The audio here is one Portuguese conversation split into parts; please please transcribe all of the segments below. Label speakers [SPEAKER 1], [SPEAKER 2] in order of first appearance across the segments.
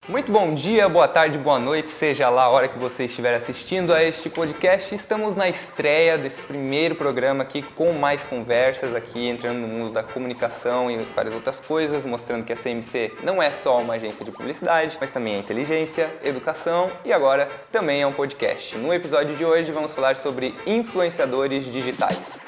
[SPEAKER 1] Muito bom dia, boa tarde, boa noite, seja lá a hora que você estiver assistindo a este podcast. Estamos na estreia desse primeiro programa aqui com mais conversas aqui, entrando no mundo da comunicação e várias outras coisas, mostrando que a CMC não é só uma agência de publicidade, mas também é inteligência, educação e agora também é um podcast. No episódio de hoje vamos falar sobre influenciadores digitais.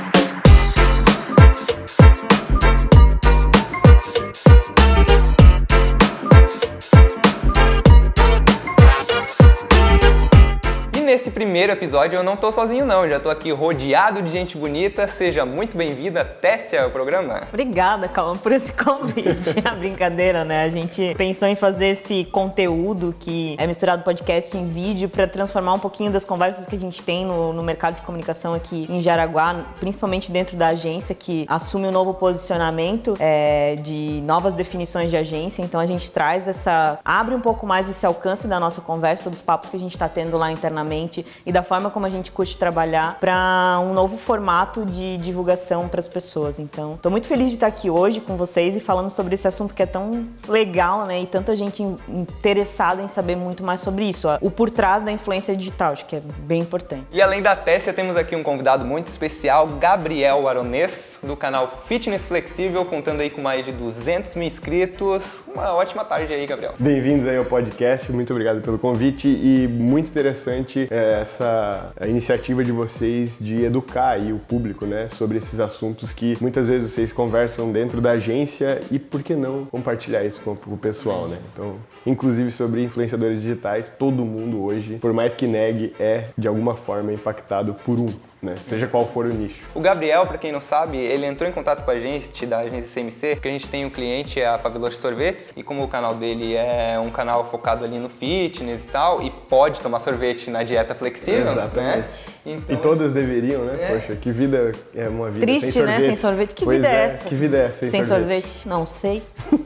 [SPEAKER 1] Nesse primeiro episódio eu não tô sozinho não, já tô aqui rodeado de gente bonita. Seja muito bem-vinda, Tessia, ao programa.
[SPEAKER 2] Obrigada, Calma, por esse convite. A brincadeira, né? A gente pensou em fazer esse conteúdo que é misturado podcast em vídeo para transformar um pouquinho das conversas que a gente tem no mercado de comunicação aqui em Jaraguá, principalmente dentro da agência que assume um novo posicionamento de novas definições de agência. Então a gente abre um pouco mais esse alcance da nossa conversa, dos papos que a gente está tendo lá internamente e da forma como a gente curte trabalhar para um novo formato de divulgação para as pessoas. Então, estou muito feliz de estar aqui hoje com vocês e falando sobre esse assunto que é tão legal, né? E tanta gente interessada em saber muito mais sobre isso, o por trás da influência digital, acho que é bem importante.
[SPEAKER 1] E além da Tessia, temos aqui um convidado muito especial, Gabriel Aronês, do canal Fitness Flexível, contando aí com mais de 200 mil inscritos. Uma ótima tarde aí, Gabriel.
[SPEAKER 3] Bem-vindos aí ao podcast, muito obrigado pelo convite e muito interessante essa iniciativa de vocês de educar aí o público, né, sobre esses assuntos que muitas vezes vocês conversam dentro da agência e por que não compartilhar isso com o pessoal, né? Então, inclusive sobre influenciadores digitais, todo mundo hoje, por mais que negue, é de alguma forma impactado por né? Seja qual for o nicho.
[SPEAKER 1] O Gabriel, para quem não sabe, ele entrou em contato com a gente da agência CMC, porque a gente tem um cliente, a Pavlovsky Sorvetes, e como o canal dele é um canal focado ali no fitness e tal, e pode tomar sorvete na dieta flexível,
[SPEAKER 3] exatamente,
[SPEAKER 1] né? Então,
[SPEAKER 3] e todas deveriam, né? Poxa, que vida é uma vida
[SPEAKER 2] triste,
[SPEAKER 3] sem sorvete.
[SPEAKER 2] Né? Sem sorvete. Que
[SPEAKER 3] pois
[SPEAKER 2] vida é essa?
[SPEAKER 3] Que vida é essa
[SPEAKER 2] sem sorvete? Não sei.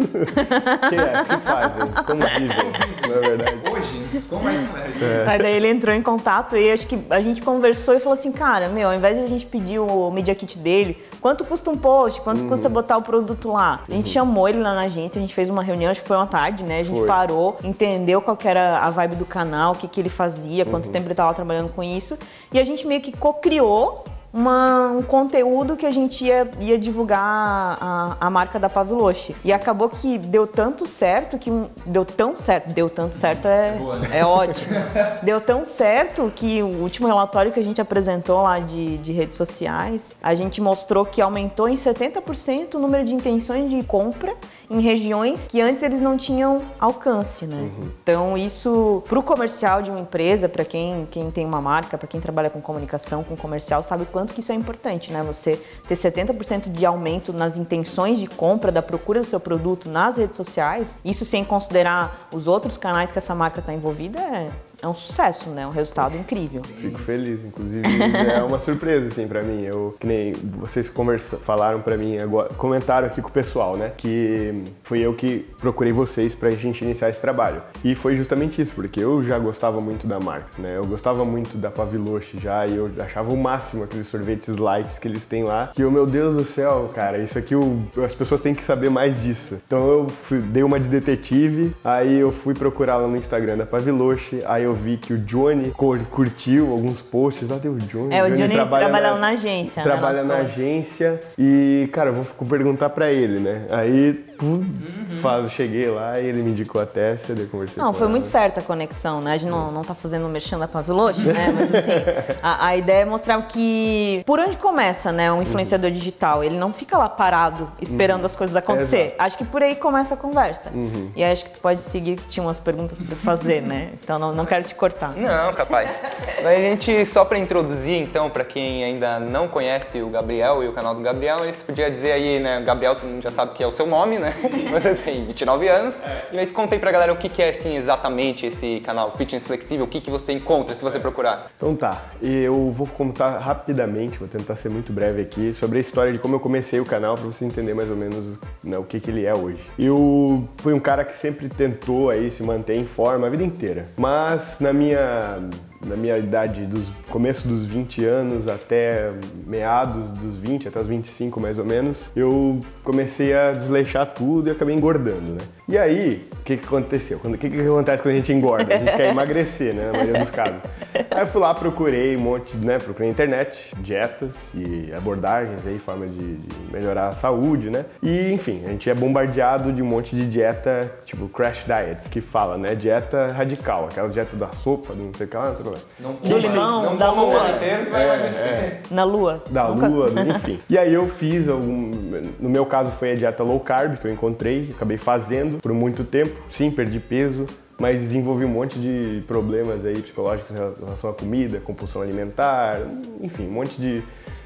[SPEAKER 3] Que fazem? Como vivem, na verdade?
[SPEAKER 1] Hoje, com mais conversa.
[SPEAKER 2] Aí daí ele entrou em contato e acho que a gente conversou e falou assim, cara, ao invés de a gente pedir o Media Kit dele, quanto custa um post? Quanto custa botar o produto lá? A gente chamou ele lá na agência, a gente fez uma reunião, acho que foi uma tarde, né? A gente parou, entendeu qual que era a vibe do canal, o que ele fazia, quanto tempo ele estava trabalhando com isso. E a gente meio que co-criou um conteúdo que a gente ia divulgar a marca da Pavlovsky. E acabou que deu tanto certo é ótimo. Deu tão certo que o último relatório que a gente apresentou lá de redes sociais, a gente mostrou que aumentou em 70% o número de intenções de compra em regiões que antes eles não tinham alcance, né? Então isso, pro comercial de uma empresa, para quem tem uma marca, para quem trabalha com comunicação, com comercial, sabe quanto que isso é importante, né? Você ter 70% de aumento nas intenções de compra, da procura do seu produto nas redes sociais, isso sem considerar os outros canais que essa marca está envolvida, é um sucesso, né? Um resultado incrível.
[SPEAKER 3] Fico feliz, inclusive é uma surpresa, assim, pra mim. Que nem vocês falaram pra mim agora, comentaram aqui com o pessoal, né? Que fui eu que procurei vocês pra gente iniciar esse trabalho. E foi justamente isso, porque eu já gostava muito da marca, né? Eu gostava muito da Pavlovsky já, e eu achava o máximo aqueles sorvetes light que eles têm lá. Que, meu Deus do céu, cara, isso aqui as pessoas têm que saber mais disso. Então eu dei uma de detetive, aí eu fui procurar lá no Instagram da Pavlovsky, aí eu vi que o Johnny curtiu alguns posts lá, tem o Johnny.
[SPEAKER 2] O Johnny trabalha na agência.
[SPEAKER 3] Trabalha na agência e, cara, eu vou perguntar pra ele, né? Aí, cheguei lá e ele me indicou a Tessia, daí eu conversei com
[SPEAKER 2] foi
[SPEAKER 3] ela.
[SPEAKER 2] muito certa a conexão, né? A gente não tá fazendo merchan da Pavlovsky, né? Mas assim, a ideia é mostrar que por onde começa, né? Um influenciador digital, ele não fica lá parado esperando as coisas acontecer. Acho que por aí começa a conversa. E aí acho que tu pode seguir, tinha umas perguntas pra fazer, né? Então não quero te cortar.
[SPEAKER 1] Não, capaz. A gente, só para introduzir, então, para quem ainda não conhece o Gabriel e o canal do Gabriel, você podia dizer aí, né, Gabriel, todo mundo já sabe que é o seu nome, né? Você tem 29 anos. Mas conta aí pra galera o que é, assim, exatamente esse canal Fitness Flexível, o que você encontra se você procurar.
[SPEAKER 3] Então tá, eu vou contar rapidamente, vou tentar ser muito breve aqui, sobre a história de como eu comecei o canal, pra você entender mais ou menos, né, o que ele é hoje. Eu fui um cara que sempre tentou aí se manter em forma a vida inteira, mas na minha idade, começo dos 20 anos até meados dos 20, até os 25 mais ou menos, eu comecei a desleixar tudo e acabei engordando, né? E aí, o que aconteceu? O que acontece quando a gente engorda? A gente quer emagrecer, né, na maioria dos casos. Aí eu fui lá, procurei um monte, né, procurei na internet, dietas e abordagens aí, forma de melhorar a saúde, né? E, enfim, a gente é bombardeado de um monte de dieta, tipo crash diets, que fala, né, dieta radical, aquelas dietas da sopa, do não sei o que lá, não sei o que lá.
[SPEAKER 2] Do limão, da lua.
[SPEAKER 1] Inteiro, vai emagrecer.
[SPEAKER 2] Na lua.
[SPEAKER 3] Da lua, enfim. E aí eu fiz, no meu caso foi a dieta low carb que eu encontrei, acabei fazendo por muito tempo, sim, perdi peso, mas desenvolvi um monte de problemas aí psicológicos em relação à comida, compulsão alimentar, enfim, um monte de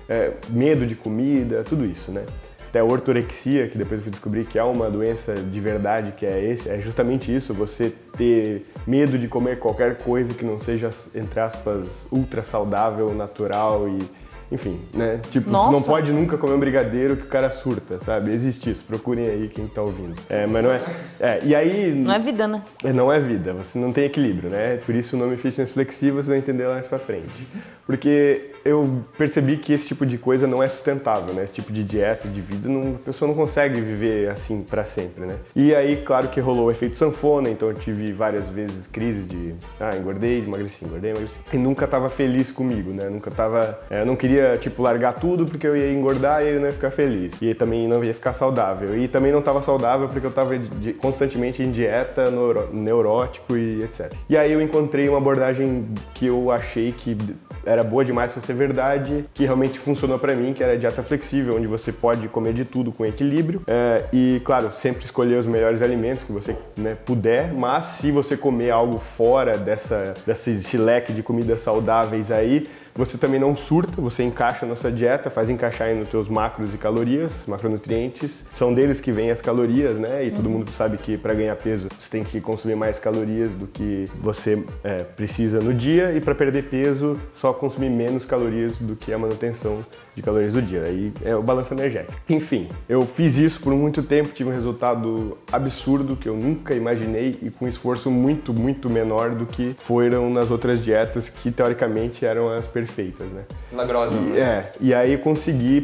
[SPEAKER 3] medo de comida, tudo isso, né? Até a ortorexia, que depois eu fui descobrir que é uma doença de verdade, que é justamente isso, você ter medo de comer qualquer coisa que não seja, entre aspas, ultra saudável, natural e... Enfim, né? Tipo, tu não pode nunca comer um brigadeiro que o cara surta, sabe? Existe isso, procurem aí quem tá ouvindo. Mas não é... E aí...
[SPEAKER 2] Não é vida, né?
[SPEAKER 3] Não é vida, você não tem equilíbrio, né? Por isso o nome Fitness Flexível, vocês vão entender lá mais pra frente. Porque eu percebi que esse tipo de coisa não é sustentável, né? Esse tipo de dieta, de vida, a pessoa não consegue viver assim pra sempre, né? E aí, claro que rolou o efeito sanfona, então eu tive várias vezes crise de... engordei, emagreci. E nunca tava feliz comigo, né? Nunca tava... eu não queria tipo, largar tudo porque eu ia engordar e eu não ia ficar feliz. E também não ia ficar saudável. E também não estava saudável porque eu estava constantemente em dieta, neurótico e etc. E aí eu encontrei uma abordagem que eu achei que era boa demais para ser verdade, que realmente funcionou para mim, que era a dieta flexível, onde você pode comer de tudo com equilíbrio. E, claro, sempre escolher os melhores alimentos que você puder, mas se você comer algo fora desse leque de comidas saudáveis aí, você também não surta, você encaixa na sua dieta, faz encaixar aí nos teus macros e calorias, macronutrientes. São deles que vêm as calorias, né? E todo mundo sabe que para ganhar peso você tem que consumir mais calorias do que você precisa no dia. E para perder peso, só consumir menos calorias do que a manutenção de calorias do dia. Aí é o balanço energético. Enfim, eu fiz isso por muito tempo, tive um resultado absurdo que eu nunca imaginei e com um esforço muito, muito menor do que foram nas outras dietas que teoricamente eram as perfeitas, né?
[SPEAKER 1] Milagrosa.
[SPEAKER 3] E aí eu consegui,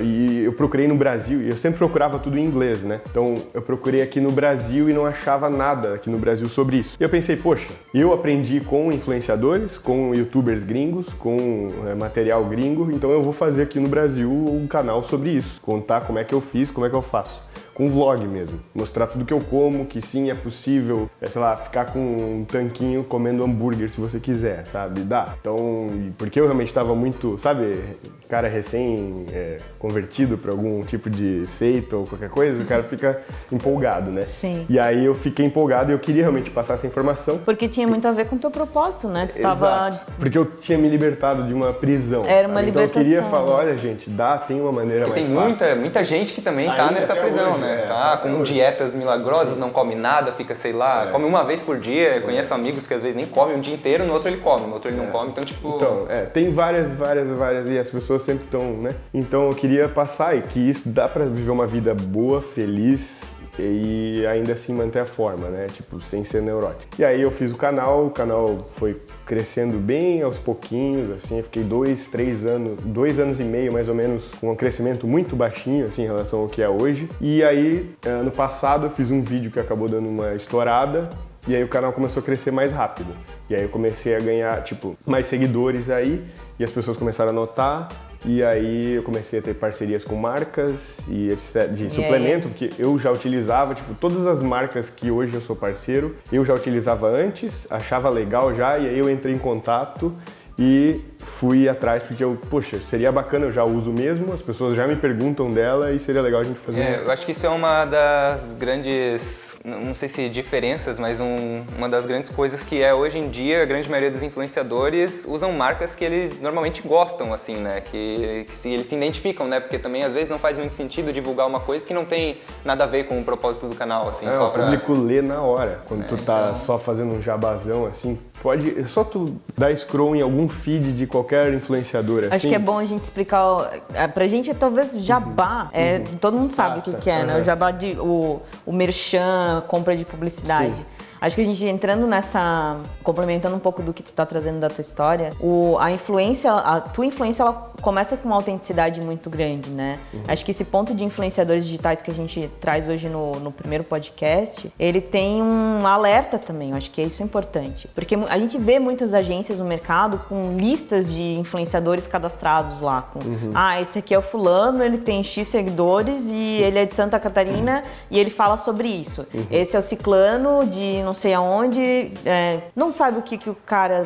[SPEAKER 3] e eu procurei no Brasil, e eu sempre procurava tudo em inglês, né? Então eu procurei aqui no Brasil e não achava nada aqui no Brasil sobre isso. E eu pensei, eu aprendi com influenciadores, com youtubers gringos, com material gringo, então eu vou fazer aqui no Brasil um canal sobre isso, contar como é que eu fiz, como é que eu faço. Com vlog mesmo, mostrar tudo que eu como, que sim, é possível, sei lá, ficar com um tanquinho comendo hambúrguer se você quiser, sabe? Dá. Então, porque eu realmente estava muito, sabe, cara recém-convertido para algum tipo de seita ou qualquer coisa, o cara fica empolgado, né?
[SPEAKER 2] Sim.
[SPEAKER 3] E aí eu fiquei empolgado e eu queria realmente passar essa informação.
[SPEAKER 2] Porque tinha muito a ver com o teu propósito, né? Tu tava...
[SPEAKER 3] Exato. Porque eu tinha me libertado de uma prisão.
[SPEAKER 2] Era uma libertação.
[SPEAKER 3] Então eu queria falar, olha gente, tem uma maneira mais fácil.
[SPEAKER 1] Tem muita gente que também tá nessa prisão,
[SPEAKER 3] hoje,
[SPEAKER 1] né? Tá com dietas milagrosas, não come nada, fica, sei lá, come uma vez por dia. Eu conheço amigos que às vezes nem comem um dia inteiro, no outro ele come, no outro ele não come, então tipo...
[SPEAKER 3] Então, tem várias, e as pessoas sempre estão, né? Então eu queria passar e que isso dá pra viver uma vida boa, feliz e ainda assim manter a forma, né? Tipo, sem ser neurótico. E aí eu fiz o canal foi crescendo bem aos pouquinhos, assim, eu fiquei 2 anos e meio mais ou menos, com um crescimento muito baixinho, assim, em relação ao que é hoje. E aí, ano passado, eu fiz um vídeo que acabou dando uma estourada, e aí o canal começou a crescer mais rápido. E aí eu comecei a ganhar, mais seguidores aí, e as pessoas começaram a notar. E aí eu comecei a ter parcerias com marcas e etc, de suplemento, porque eu já utilizava, todas as marcas que hoje eu sou parceiro, eu já utilizava antes, achava legal já, e aí eu entrei em contato e fui atrás, porque seria bacana, eu já uso mesmo, as pessoas já me perguntam dela e seria legal a gente fazer.
[SPEAKER 1] Eu acho que isso é uma das grandes, não sei se diferenças, mas uma das grandes coisas que hoje em dia a grande maioria dos influenciadores usam marcas que eles normalmente gostam, assim, né? Que eles se identificam, né? Porque também às vezes não faz muito sentido divulgar uma coisa que não tem nada a ver com o propósito do canal, assim,
[SPEAKER 3] o público lê na hora, quando tu tá só fazendo um jabazão, assim, é só tu dar scroll em algum feed de qualquer influenciador, assim.
[SPEAKER 2] Acho que é bom a gente explicar, pra gente talvez jabá, todo mundo sabe o que é, né? O jabá o merchan, compra de publicidade.
[SPEAKER 3] Sim.
[SPEAKER 2] Acho que a gente entrando nessa, complementando um pouco do que tu tá trazendo da tua história, a tua influência, ela começa com uma autenticidade muito grande, né? Acho que esse ponto de influenciadores digitais que a gente traz hoje no primeiro podcast, ele tem um alerta também, eu acho que isso é importante. Porque a gente vê muitas agências no mercado com listas de influenciadores cadastrados lá, com, esse aqui é o fulano, ele tem X seguidores e ele é de Santa Catarina e ele fala sobre isso. Esse é o ciclano de não sei aonde, não sabe o que o cara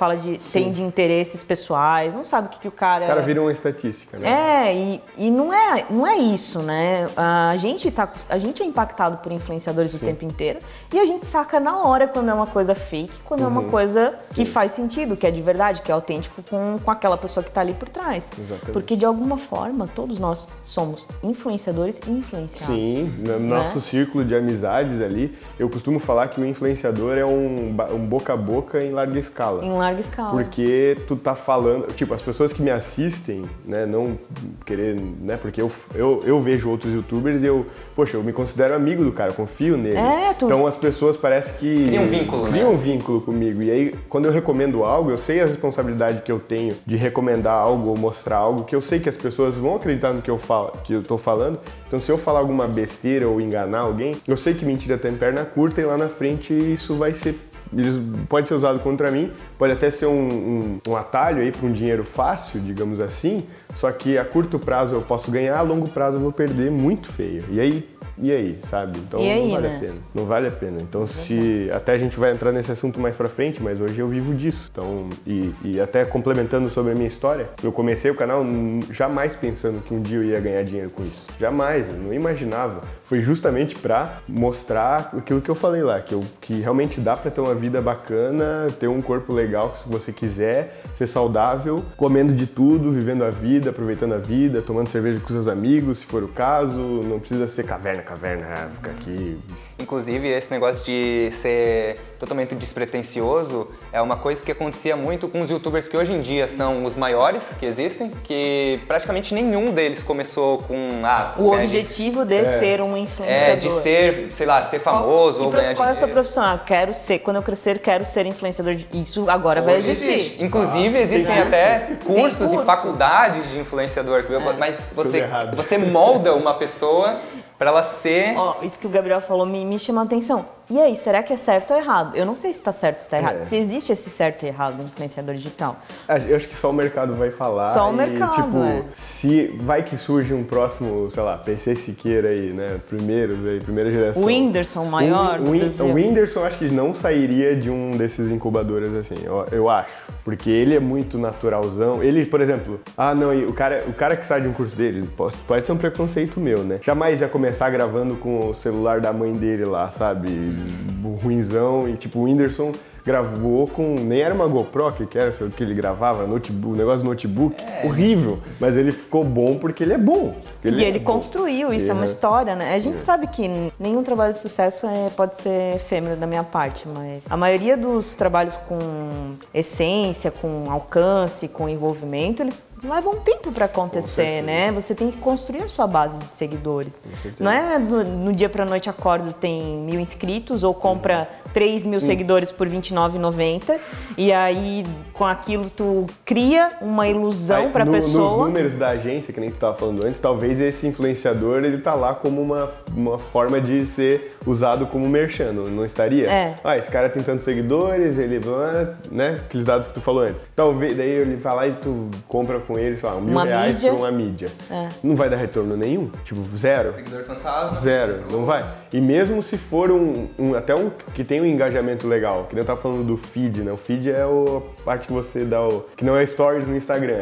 [SPEAKER 2] tem de interesses pessoais, não sabe o que o cara...
[SPEAKER 3] O cara vira uma estatística, né?
[SPEAKER 2] E não é isso, né? A gente é impactado por influenciadores o tempo inteiro e a gente saca na hora quando é uma coisa fake, quando é uma coisa que faz sentido, que é de verdade, que é autêntico com aquela pessoa que tá ali por trás.
[SPEAKER 3] Exatamente.
[SPEAKER 2] Porque de alguma forma, todos nós somos influenciadores e influenciados.
[SPEAKER 3] Sim, no nosso círculo de amizades ali, eu costumo falar que o influenciador é um boca a boca em larga escala.
[SPEAKER 2] Em larga escala.
[SPEAKER 3] Porque tu tá falando, tipo, as pessoas que me assistem, né, não querer, né, porque eu vejo outros youtubers e eu me considero amigo do cara, confio nele. Então as pessoas parecem que...
[SPEAKER 1] Cria um vínculo,
[SPEAKER 3] Cria um vínculo comigo. E aí, quando eu recomendo algo, eu sei a responsabilidade que eu tenho de recomendar algo ou mostrar algo que eu sei que as pessoas vão acreditar no que eu tô falando. Então, se eu falar alguma besteira ou enganar alguém, eu sei que mentira tem perna curta e lá na frente isso vai ser... Pode ser usado contra mim, pode até ser um atalho aí para um dinheiro fácil, digamos assim, só que a curto prazo eu posso ganhar, a longo prazo eu vou perder muito feio. E aí, sabe? Então não vale a pena. Não vale a pena. Então até a gente vai entrar nesse assunto mais pra frente, mas hoje eu vivo disso. Então, e até complementando sobre a minha história, eu comecei o canal jamais pensando que um dia eu ia ganhar dinheiro com isso. Jamais, eu não imaginava. Foi justamente pra mostrar aquilo que eu falei lá, que realmente dá pra ter uma vida bacana, ter um corpo legal se você quiser, ser saudável, comendo de tudo, vivendo a vida, aproveitando a vida, tomando cerveja com seus amigos, se for o caso, não precisa ser caverna, ficar aqui.
[SPEAKER 1] Inclusive, esse negócio de ser totalmente despretensioso é uma coisa que acontecia muito com os youtubers que hoje em dia são os maiores que existem, que praticamente nenhum deles começou com...
[SPEAKER 2] o objetivo de ser um influenciador.
[SPEAKER 1] De ser, sei lá, ser famoso ou ganhar dinheiro.
[SPEAKER 2] Qual é a sua profissão? Quando eu crescer, quero ser influenciador. Isso agora vai existir.
[SPEAKER 1] Inclusive, existem até cursos e faculdades de influenciador, mas você molda uma pessoa para ela ser...
[SPEAKER 2] Isso que o Gabriel falou me chama a atenção. E aí, será que é certo ou errado? Eu não sei se está certo ou se está errado. Se existe esse certo e errado no influenciador digital.
[SPEAKER 3] Eu acho que só o mercado vai falar.
[SPEAKER 2] Só o mercado,
[SPEAKER 3] se vai que surge um próximo, sei lá, PC Siqueira aí, né? Primeira geração.
[SPEAKER 2] O Whindersson maior do Brasil.
[SPEAKER 3] O Whindersson acho que não sairia de um desses incubadores assim, eu acho. Porque ele é muito naturalzão. Ele, por exemplo, o cara que sai de um curso dele, pode ser um preconceito meu, né? Jamais ia começar gravando com o celular da mãe dele lá, sabe? Ruinzão. E tipo, o Whindersson gravou com... Nem era uma GoPro que era o que ele gravava, o negócio do notebook. Horrível. Mas ele ficou bom porque ele é bom.
[SPEAKER 2] Ele construiu, isso é uma história, né? A gente sabe que nenhum trabalho de sucesso pode ser efêmero da minha parte, mas a maioria dos trabalhos com essência, com alcance, com envolvimento, eles levam tempo para acontecer, né? Você tem que construir a sua base de seguidores. Não é no dia pra noite acorda, tem 1.000 inscritos ou compra 3.000 seguidores por R$29,90 e aí com aquilo tu cria uma ilusão pra pessoa.
[SPEAKER 3] Nos números da agência, que nem tu tava falando antes, talvez esse influenciador, ele tá lá como uma forma de ser usado como merchan, não estaria? Esse cara tem tantos seguidores, ele, né, aqueles dados que tu falou antes. Talvez, daí ele vai lá e tu compra com ele, sei lá, R$1.000 por uma mídia. Não vai dar retorno nenhum? Tipo, zero?
[SPEAKER 1] Seguidor fantasma.
[SPEAKER 3] Zero, não vai. E mesmo se for até um que tem um engajamento legal, que nem eu tava falando do feed, né? O feed é a parte que você dá que não é stories no Instagram,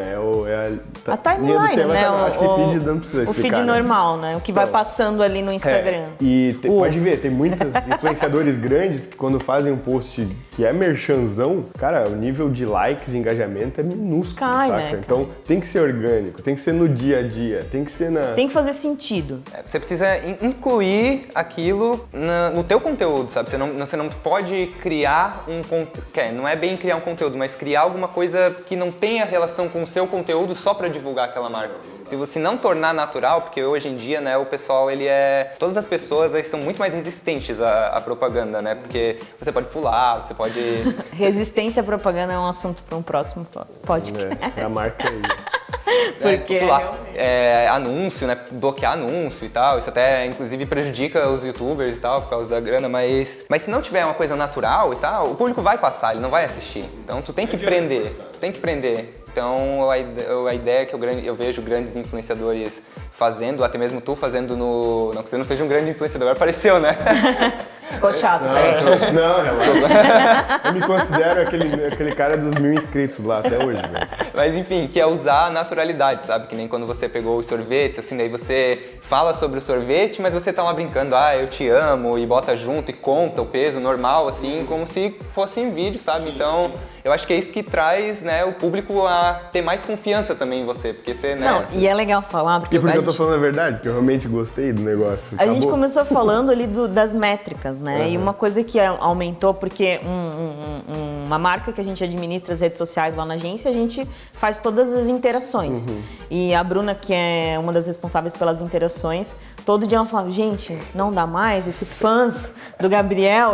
[SPEAKER 2] a timeline, né?
[SPEAKER 3] Acho que feed não precisa explicar.
[SPEAKER 2] O feed normal, né? O que vai passando ali no Instagram.
[SPEAKER 3] Pode ver, tem muitos influenciadores grandes que quando fazem um post que é merchanzão, cara, o nível de likes e engajamento é minúsculo, saca?
[SPEAKER 2] Né?
[SPEAKER 3] Então tem que ser orgânico, tem que ser no dia a dia, tem que ser
[SPEAKER 2] Tem que fazer sentido.
[SPEAKER 1] Você precisa incluir aquilo no teu conteúdo, sabe? sabe? Você não pode criar um conteúdo, não é bem criar um conteúdo, mas criar alguma coisa que não tenha relação com o seu conteúdo só para divulgar aquela marca. Se você não tornar natural, porque hoje em dia, né, o pessoal, todas as pessoas elas são muito mais resistentes à propaganda, né? Porque você pode pular, você pode...
[SPEAKER 2] Resistência à propaganda é um assunto para um próximo podcast.
[SPEAKER 3] É a marca aí.
[SPEAKER 2] Porque
[SPEAKER 1] anúncio, né? Bloquear anúncio e tal. Isso até, inclusive, prejudica os youtubers e tal, por causa da grana, mas se não tiver uma coisa natural e tal, o público vai passar, ele não vai assistir. Então tu tem que prender, Então a ideia que eu vejo grandes influenciadores fazendo, até mesmo tu fazendo não que você não seja um grande influenciador, agora apareceu, né?
[SPEAKER 2] Ficou chato,
[SPEAKER 3] Não, relaxa. Eu me considero aquele cara dos 1000 inscritos lá até hoje, velho.
[SPEAKER 1] Mas enfim, que é usar a naturalidade, sabe? Que nem quando você pegou os sorvetes, assim, daí você fala sobre o sorvete, mas você tá lá brincando, eu te amo, e bota junto e conta o peso normal, assim, como se fosse em vídeo, sabe? Então, eu acho que é isso que traz, né, o público a ter mais confiança também em você, porque você, né...
[SPEAKER 2] Não, e é legal falar, porque...
[SPEAKER 3] E porque eu tô falando a verdade, porque eu realmente gostei do negócio.
[SPEAKER 2] A gente começou falando ali das métricas, né? Uhum. E uma coisa que aumentou, porque uma marca que a gente administra as redes sociais lá na agência, a gente faz todas as interações. Uhum. E a Bruna, que é uma das responsáveis pelas interações, todo dia ela fala, gente, não dá mais, esses fãs do Gabriel,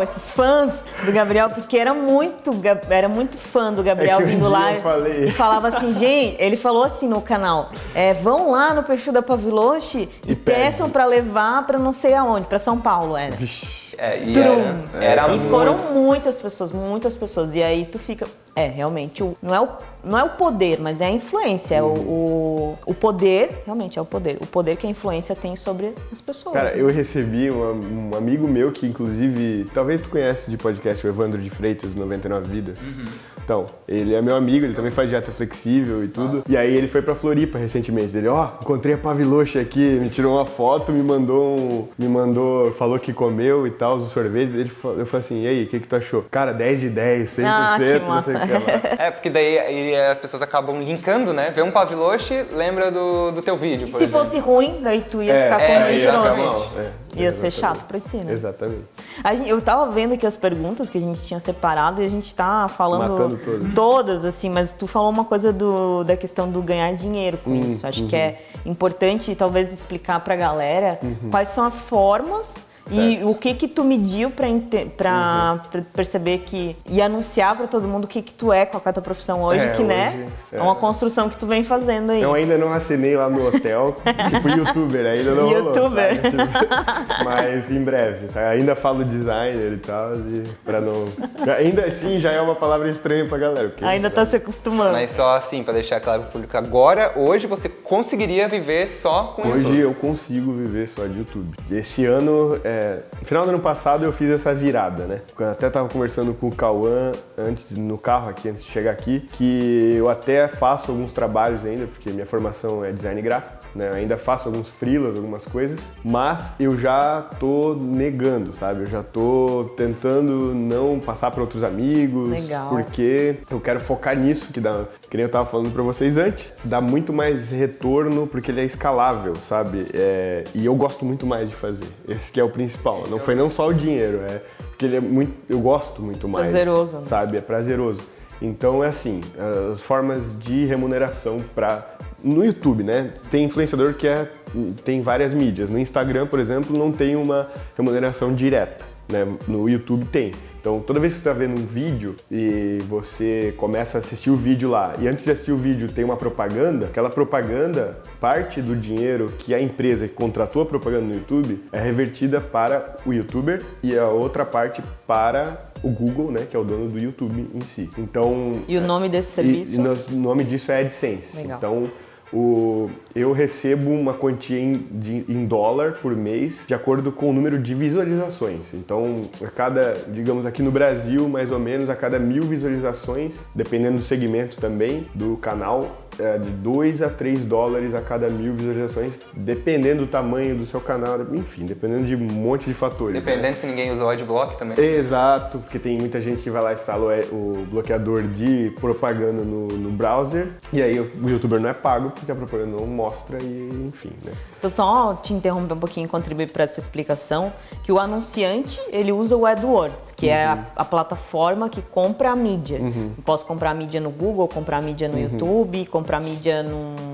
[SPEAKER 2] porque era muito fã do Gabriel vindo lá e falava assim, gente, ele falou assim no canal, vão lá no perfil da Paviloche e peçam pra levar pra não sei aonde, pra São Paulo, era.
[SPEAKER 1] Era
[SPEAKER 2] e foram muitas pessoas. E aí tu fica... realmente, não é o poder, mas é a influência. O poder, realmente é o poder. O poder que a influência tem sobre as pessoas.
[SPEAKER 3] Cara, eu recebi um amigo meu que, inclusive, talvez tu conhece de podcast, o Evandro de Freitas, do 99 Vidas. Uhum. Então, ele é meu amigo, ele também faz dieta flexível e tudo. E aí ele foi pra Floripa recentemente. Ele, encontrei a Paviloche aqui, me tirou uma foto, me mandou, falou que comeu e tal, os sorvetes. Eu falei assim, e aí, o que tu achou? Cara, 10 de 10, 100%, não sei o que lá.
[SPEAKER 1] Porque daí as pessoas acabam linkando, né? Vê um Paviloche, lembra do teu vídeo, por exemplo.
[SPEAKER 2] Fosse ruim, daí tu ia ficar com mentiroso. Ia ser chato pra ti, né?
[SPEAKER 3] Exatamente.
[SPEAKER 2] Eu tava vendo aqui as perguntas que a gente tinha separado e a gente tá falando todas, assim, mas tu falou uma coisa da questão do ganhar dinheiro com isso. Acho que é importante, talvez, explicar pra galera quais são as formas e o que tu mediu pra perceber e anunciar pra todo mundo o que tu é com a tua profissão hoje, é uma construção que tu vem fazendo aí.
[SPEAKER 3] Eu ainda não assinei lá no hotel, tipo youtuber, ainda não rolou, mas em breve, tá? Ainda falo designer e tal, ainda assim já é uma palavra estranha pra galera.
[SPEAKER 2] Ainda tá se acostumando.
[SPEAKER 1] Mas só assim, pra deixar claro pro público, hoje você conseguiria viver só com YouTube?
[SPEAKER 3] Hoje eu consigo viver só de YouTube. Esse ano, no final do ano passado eu fiz essa virada, né? Eu até tava conversando com o Cauã no carro aqui, antes de chegar aqui, que eu até faço alguns trabalhos ainda, porque minha formação é design gráfico, né? Eu ainda faço alguns freelas, algumas coisas, mas eu já tô negando, sabe? Eu já tô tentando não passar para outros amigos.
[SPEAKER 2] Legal.
[SPEAKER 3] Porque eu quero focar nisso, que nem eu tava falando para vocês antes, dá muito mais retorno porque ele é escalável, sabe? E eu gosto muito mais de fazer. Esse que é o principal. Não só o dinheiro, porque ele é muito, eu gosto muito mais.
[SPEAKER 2] Prazeroso, né?
[SPEAKER 3] Sabe? É prazeroso. Então é assim, as formas de remuneração no YouTube, né? Tem influenciador que tem várias mídias. No Instagram, por exemplo, não tem uma remuneração direta, né? No YouTube tem. Então, toda vez que você está vendo um vídeo e você começa a assistir o vídeo lá e antes de assistir o vídeo tem uma propaganda, aquela propaganda, parte do dinheiro que a empresa que contratou a propaganda no YouTube é revertida para o YouTuber e a outra parte para o Google, né, que é o dono do YouTube em si. Então,
[SPEAKER 2] e o nome desse serviço?
[SPEAKER 3] O nome disso é AdSense.
[SPEAKER 2] Legal.
[SPEAKER 3] Então, eu recebo uma quantia em dólar por mês de acordo com o número de visualizações. Então, digamos aqui no Brasil, mais ou menos a cada 1000 visualizações, dependendo do segmento também do canal, de 2 a 3 dólares a cada 1000 visualizações, dependendo do tamanho do seu canal, enfim, dependendo de um monte de fatores.
[SPEAKER 1] Dependendo se ninguém usa o adblock também.
[SPEAKER 3] Exato, porque tem muita gente que vai lá e instala o bloqueador de propaganda no browser, e aí o youtuber não é pago porque a propaganda não mostra e enfim, né?
[SPEAKER 2] Então, só te interromper um pouquinho e contribuir para essa explicação, que o anunciante, ele usa o AdWords, que é a plataforma que compra a mídia. Eu posso comprar a mídia no Google, comprar a mídia no YouTube, comprar a mídia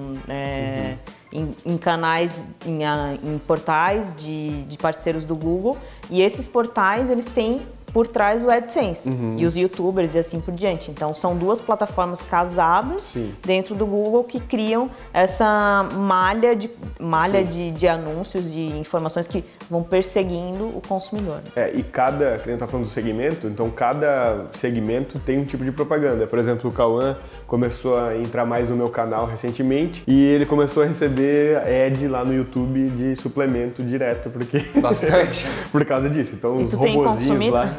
[SPEAKER 2] em canais, em portais de parceiros do Google. E esses portais, eles têm por trás o AdSense e os YouTubers e assim por diante. Então, são duas plataformas casadas dentro do Google que criam essa malha de anúncios, de informações que vão perseguindo o consumidor.
[SPEAKER 3] E que a gente tá falando do segmento, então cada segmento tem um tipo de propaganda. Por exemplo, o Cauã começou a entrar mais no meu canal recentemente e ele começou a receber ad lá no YouTube de suplemento direto, porque...
[SPEAKER 1] Bastante.
[SPEAKER 3] Por causa disso. Então,
[SPEAKER 2] e
[SPEAKER 3] os
[SPEAKER 2] tu tem
[SPEAKER 3] robozinhos
[SPEAKER 2] consumido?
[SPEAKER 3] lá...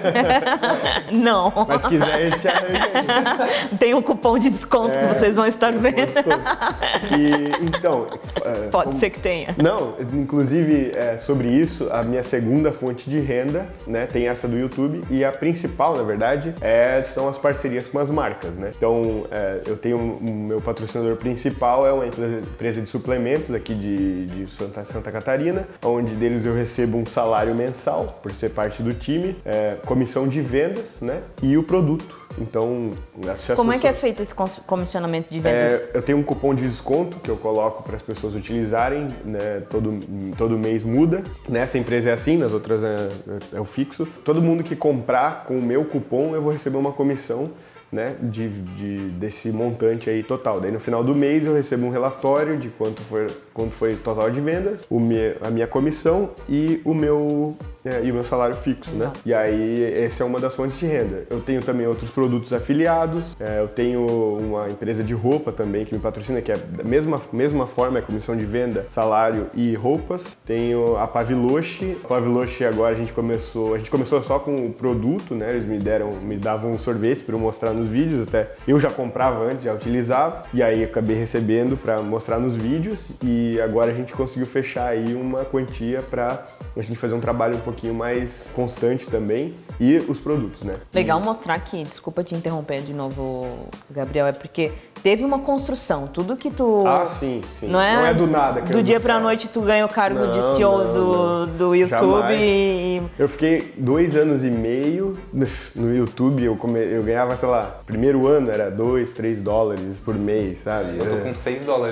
[SPEAKER 2] Não.
[SPEAKER 3] Mas se quiser, a gente arranja.
[SPEAKER 2] Tem um cupom de desconto que vocês vão estar vendo.
[SPEAKER 3] Então...
[SPEAKER 2] Pode ser que tenha.
[SPEAKER 3] Não, inclusive, sobre isso, a minha segunda fonte de renda, né, tem essa do YouTube e a principal, na verdade, são as parcerias com as marcas, né? Então, eu tenho o meu patrocinador principal, é uma empresa de suplementos aqui de Santa Catarina, onde deles eu recebo um salário mensal, por ser parte do time, comissão de vendas, né, e o produto. Então,
[SPEAKER 2] como é que é feito esse comissionamento de vendas?
[SPEAKER 3] Eu tenho um cupom de desconto que eu coloco para as pessoas utilizarem, né, todo mês muda. Nessa empresa é assim, nas outras é o fixo. Todo mundo que comprar com o meu cupom, eu vou receber uma comissão, né, desse montante aí total. Daí no final do mês eu recebo um relatório de quanto foi o total de vendas, a minha comissão e o meu salário fixo, né? E aí essa é uma das fontes de renda. Eu tenho também outros produtos afiliados, eu tenho uma empresa de roupa também que me patrocina, que é da mesma forma, é comissão de venda, salário e roupas. Tenho a Paviloche. A Paviloche agora a gente começou só com o produto, né? Eles me davam um sorvete para eu mostrar nos vídeos, até eu já comprava antes, já utilizava, e aí eu acabei recebendo para mostrar nos vídeos, e agora a gente conseguiu fechar aí uma quantia para a gente fazer um trabalho um pouquinho mais constante também, e os produtos, né?
[SPEAKER 2] Legal mostrar aqui, desculpa te interromper de novo, Gabriel, é porque teve uma construção, tudo que tu...
[SPEAKER 3] Sim.
[SPEAKER 2] Não é
[SPEAKER 3] do nada.
[SPEAKER 2] Do dia pra noite tu ganha o cargo de CEO do YouTube e...
[SPEAKER 3] Eu fiquei 2 anos e meio no YouTube, eu ganhava, sei lá, primeiro ano era $2-3 por mês, sabe?
[SPEAKER 1] Eu tô com $6.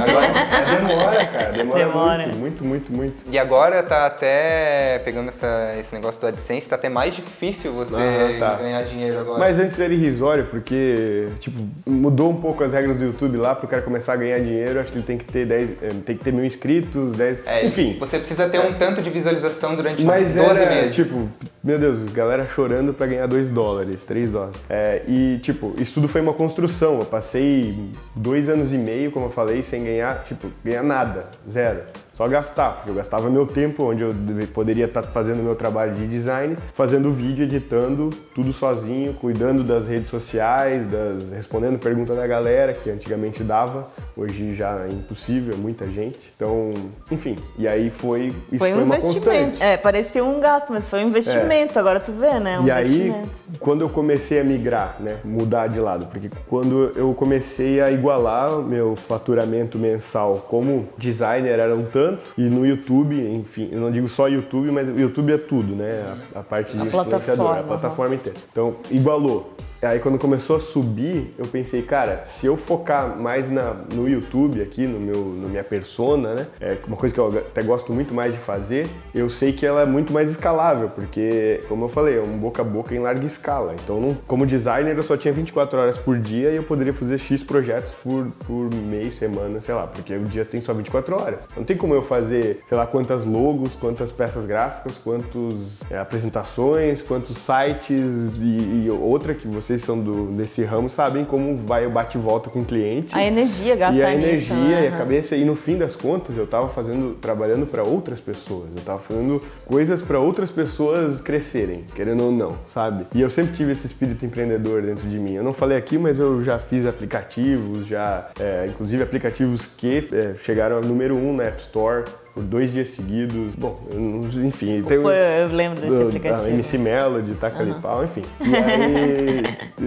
[SPEAKER 3] Agora, demora muito.
[SPEAKER 1] E agora tá até, pegando esse negócio do AdSense, tá até mais difícil você ganhar dinheiro agora.
[SPEAKER 3] Mas antes era irrisório, porque, tipo, mudou um pouco as regras do YouTube lá pro cara começar a ganhar dinheiro, acho que ele tem que ter 1.000 inscritos, 10... Enfim.
[SPEAKER 1] Você precisa ter um tanto de visualização durante 12 meses.
[SPEAKER 3] Tipo, meu Deus, galera chorando pra ganhar $2, $3. E, tipo, isso tudo foi uma construção. Eu passei 2 anos e meio, como eu falei, sem ganhar nada, zero. Só gastar, porque eu gastava meu tempo onde eu poderia estar fazendo meu trabalho de design, fazendo vídeo, editando, tudo sozinho, cuidando das redes sociais, respondendo perguntas da galera, que antigamente dava, hoje já é impossível, é muita gente. Então, enfim, e aí foi
[SPEAKER 2] um
[SPEAKER 3] uma
[SPEAKER 2] investimento.
[SPEAKER 3] constante.
[SPEAKER 2] Parecia um gasto, mas foi um investimento, agora tu vê, né?
[SPEAKER 3] E aí, quando eu comecei a migrar, né, mudar de lado, porque quando eu comecei a igualar o meu faturamento mensal como designer era um tanto, e no YouTube, enfim, eu não digo só YouTube, mas o YouTube é tudo, né? A parte de influenciador, a plataforma inteira. Então, igualou. Aí quando começou a subir, eu pensei, cara, se eu focar mais no YouTube aqui, na minha persona, né? Uma coisa que eu até gosto muito mais de fazer, eu sei que ela é muito mais escalável, porque, como eu falei, é um boca a boca em larga escala. Então, como designer, eu só tinha 24 horas por dia e eu poderia fazer X projetos por mês, semana, sei lá, porque o dia tem só 24 horas. Não tem como eu fazer, sei lá, quantas logos, quantas peças gráficas, quantas apresentações, quantos sites e outra que vocês são desse ramo sabem como vai o bate e volta com o cliente.
[SPEAKER 2] A energia gasta nisso.
[SPEAKER 3] E a energia e a cabeça. E no fim das contas, eu tava trabalhando para outras pessoas. Eu tava fazendo coisas para outras pessoas crescerem, querendo ou não, sabe? E eu sempre tive esse espírito empreendedor dentro de mim. Eu não falei aqui, mas eu já fiz aplicativos, inclusive aplicativos que chegaram ao número 1 na App Store. por 2 dias seguidos. Bom, enfim.
[SPEAKER 2] Eu lembro desse aplicativo.
[SPEAKER 3] A MC Melody, Taca ali Pau, enfim. E aí,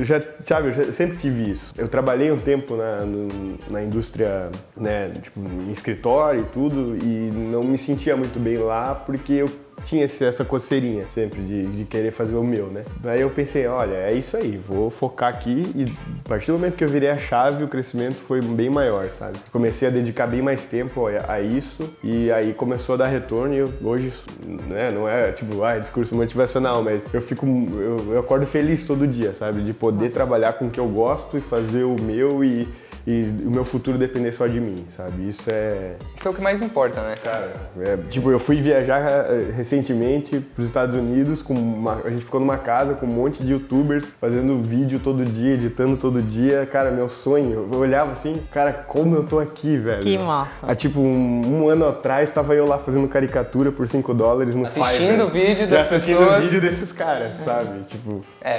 [SPEAKER 3] eu sempre tive isso. Eu trabalhei um tempo na indústria, né, tipo, em escritório e tudo, e não me sentia muito bem lá porque eu tinha essa coceirinha sempre de querer fazer o meu, né? Daí eu pensei, olha, é isso aí, vou focar aqui, e a partir do momento que eu virei a chave, o crescimento foi bem maior, sabe? Comecei a dedicar bem mais tempo a isso, e aí começou a dar retorno, e hoje, né, não é tipo, discurso motivacional, mas eu acordo feliz todo dia, sabe? De poder trabalhar com o que eu gosto e fazer o meu e o meu futuro depender só de mim, sabe? Isso é
[SPEAKER 1] o que mais importa, né?
[SPEAKER 3] Cara, tipo, eu fui viajar recentemente para os Estados Unidos, a gente ficou numa casa com um monte de youtubers fazendo vídeo todo dia, editando todo dia. Cara, meu sonho, eu olhava assim, cara, como eu tô aqui, velho.
[SPEAKER 2] Que massa.
[SPEAKER 3] Há tipo um ano atrás, estava eu lá fazendo caricatura por $5 no Fiverr.
[SPEAKER 1] Assistindo o vídeo das pessoas.
[SPEAKER 3] Assistindo o vídeo desses caras, sabe? Tipo...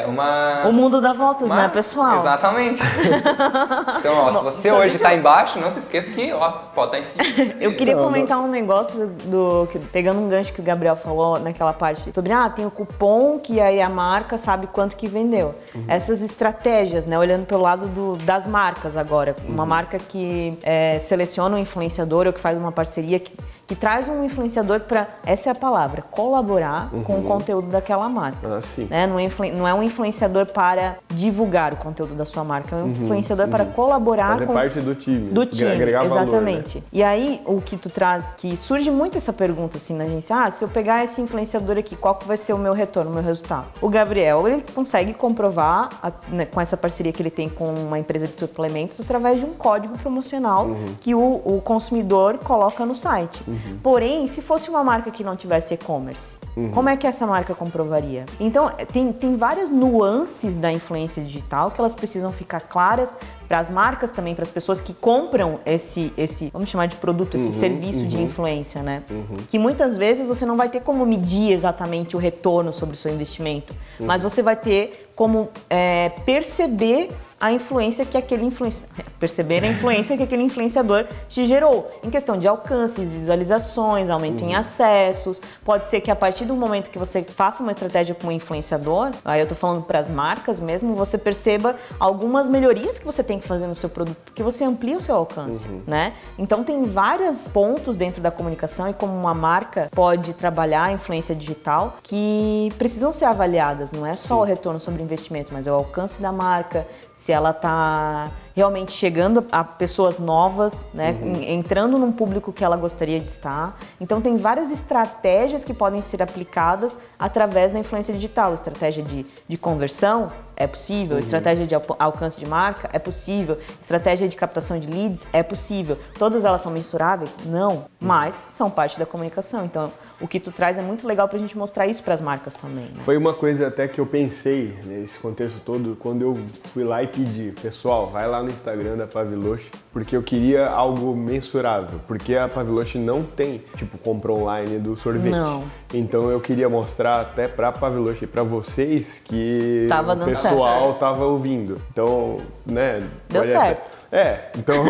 [SPEAKER 2] O mundo dá voltas, né, pessoal?
[SPEAKER 1] Exatamente. Então, ó, se você hoje tá embaixo, não se esqueça que, pode estar em cima.
[SPEAKER 2] Eu queria comentar um negócio pegando um gancho que o Gabriel falou naquela parte sobre, tem o cupom que aí a marca sabe quanto que vendeu. Essas estratégias, né, olhando pelo lado das marcas agora. Uma marca que seleciona um influenciador ou que faz uma parceria que traz um influenciador para, essa é a palavra, colaborar com o conteúdo daquela marca.
[SPEAKER 3] Sim.
[SPEAKER 2] Né? Não é um influenciador para divulgar o conteúdo da sua marca, é um influenciador para colaborar
[SPEAKER 3] fazer parte do time.
[SPEAKER 2] Do time,
[SPEAKER 3] agregar
[SPEAKER 2] exatamente.
[SPEAKER 3] Valor, né?
[SPEAKER 2] E aí, o que tu traz, que surge muito essa pergunta assim na agência, se eu pegar esse influenciador aqui, qual que vai ser o meu retorno, o meu resultado? O Gabriel, ele consegue comprovar, né, com essa parceria que ele tem com uma empresa de suplementos, através de um código promocional que o consumidor coloca no site. Porém, se fosse uma marca que não tivesse e-commerce, como é que essa marca comprovaria? Então, tem várias nuances da influência digital que elas precisam ficar claras para as marcas também, para as pessoas que compram esse, vamos chamar de produto, esse serviço de influência, né? Que muitas vezes você não vai ter como medir exatamente o retorno sobre o seu investimento, mas você vai ter como perceber a influência que perceber a influência que aquele influenciador te gerou, em questão de alcances, visualizações, aumento em acessos. Pode ser que a partir do momento que você faça uma estratégia com um influenciador, aí eu tô falando para as marcas mesmo, você perceba algumas melhorias que você tem que fazer no seu produto, porque você amplia o seu alcance, né? Então tem vários pontos dentro da comunicação e como uma marca pode trabalhar a influência digital que precisam ser avaliadas, não é só o retorno sobre investimento, mas é o alcance da marca, se ela está realmente chegando a pessoas novas, né? Entrando num público que ela gostaria de estar. Então tem várias estratégias que podem ser aplicadas através da influência digital. Estratégia de conversão é possível, estratégia de alcance de marca é possível, estratégia de captação de leads é possível. Todas elas são mensuráveis? Não, mas são parte da comunicação. Então o que tu traz é muito legal pra gente mostrar isso para as marcas também, né?
[SPEAKER 3] Foi uma coisa até que eu pensei nesse contexto todo quando eu fui lá e pedi, pessoal, vai lá no Instagram da Paviloche, porque eu queria algo mensurável, porque a Paviloche não tem, tipo, compra online do sorvete.
[SPEAKER 2] Não.
[SPEAKER 3] Então eu queria mostrar até pra Paviloche e pra vocês que
[SPEAKER 2] o
[SPEAKER 3] pessoal tava ouvindo. Então, né?
[SPEAKER 2] Deu certo.
[SPEAKER 3] Então,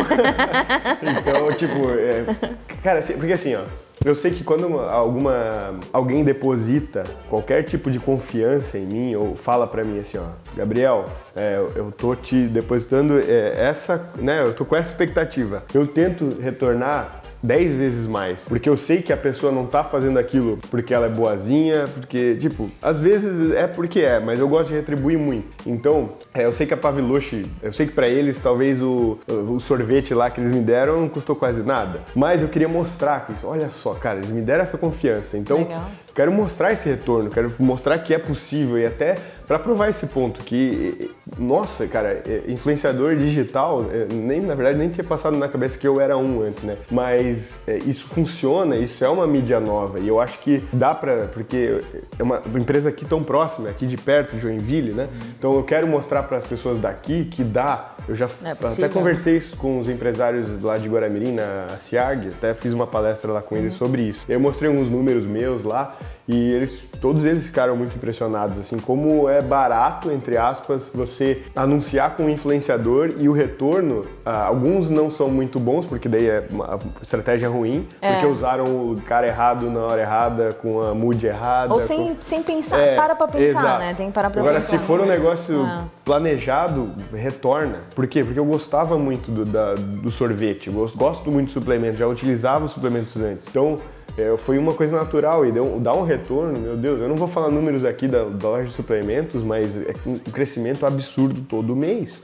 [SPEAKER 3] tipo, cara, porque assim, ó, eu sei que quando alguém deposita qualquer tipo de confiança em mim ou fala pra mim assim, ó, Gabriel, eu tô te depositando eu tô com essa expectativa. Eu tento retornar 10 vezes mais, porque eu sei que a pessoa não tá fazendo aquilo porque ela é boazinha, porque, tipo, às vezes é porque mas eu gosto de retribuir muito. Então, eu sei que a Paviloche, eu sei que pra eles talvez o sorvete lá que eles me deram não custou quase nada, mas eu queria mostrar que isso, olha só, cara, eles me deram essa confiança, então
[SPEAKER 2] legal.
[SPEAKER 3] Quero mostrar esse retorno, quero mostrar que é possível e até para provar esse ponto que, nossa, cara, influenciador digital, na verdade nem tinha passado na cabeça que eu era um antes, né? Mas isso funciona, isso é uma mídia nova e eu acho que dá porque é uma empresa aqui tão próxima, aqui de perto, de Joinville, né? Então eu quero mostrar para as pessoas daqui que dá. Eu já até conversei com os empresários lá de Guaramirim, na CIAG, até fiz uma palestra lá com eles sobre isso. Eu mostrei alguns números meus lá E todos eles ficaram muito impressionados, assim, como é barato, entre aspas, você anunciar com um influenciador e o retorno, alguns não são muito bons, porque daí é uma estratégia ruim, porque usaram o cara errado na hora errada, com a mood errada.
[SPEAKER 2] Ou sem pensar, para pra pensar,
[SPEAKER 3] exato.
[SPEAKER 2] né? Tem que parar pra
[SPEAKER 3] Agora,
[SPEAKER 2] pensar.
[SPEAKER 3] se for um negócio planejado, retorna. Por quê? Porque eu gostava muito do sorvete, eu gosto muito de suplementos, já utilizava os suplementos antes. Então, foi uma coisa natural e dá um retorno, meu Deus, eu não vou falar números aqui da loja de suplementos, mas é um crescimento absurdo todo mês,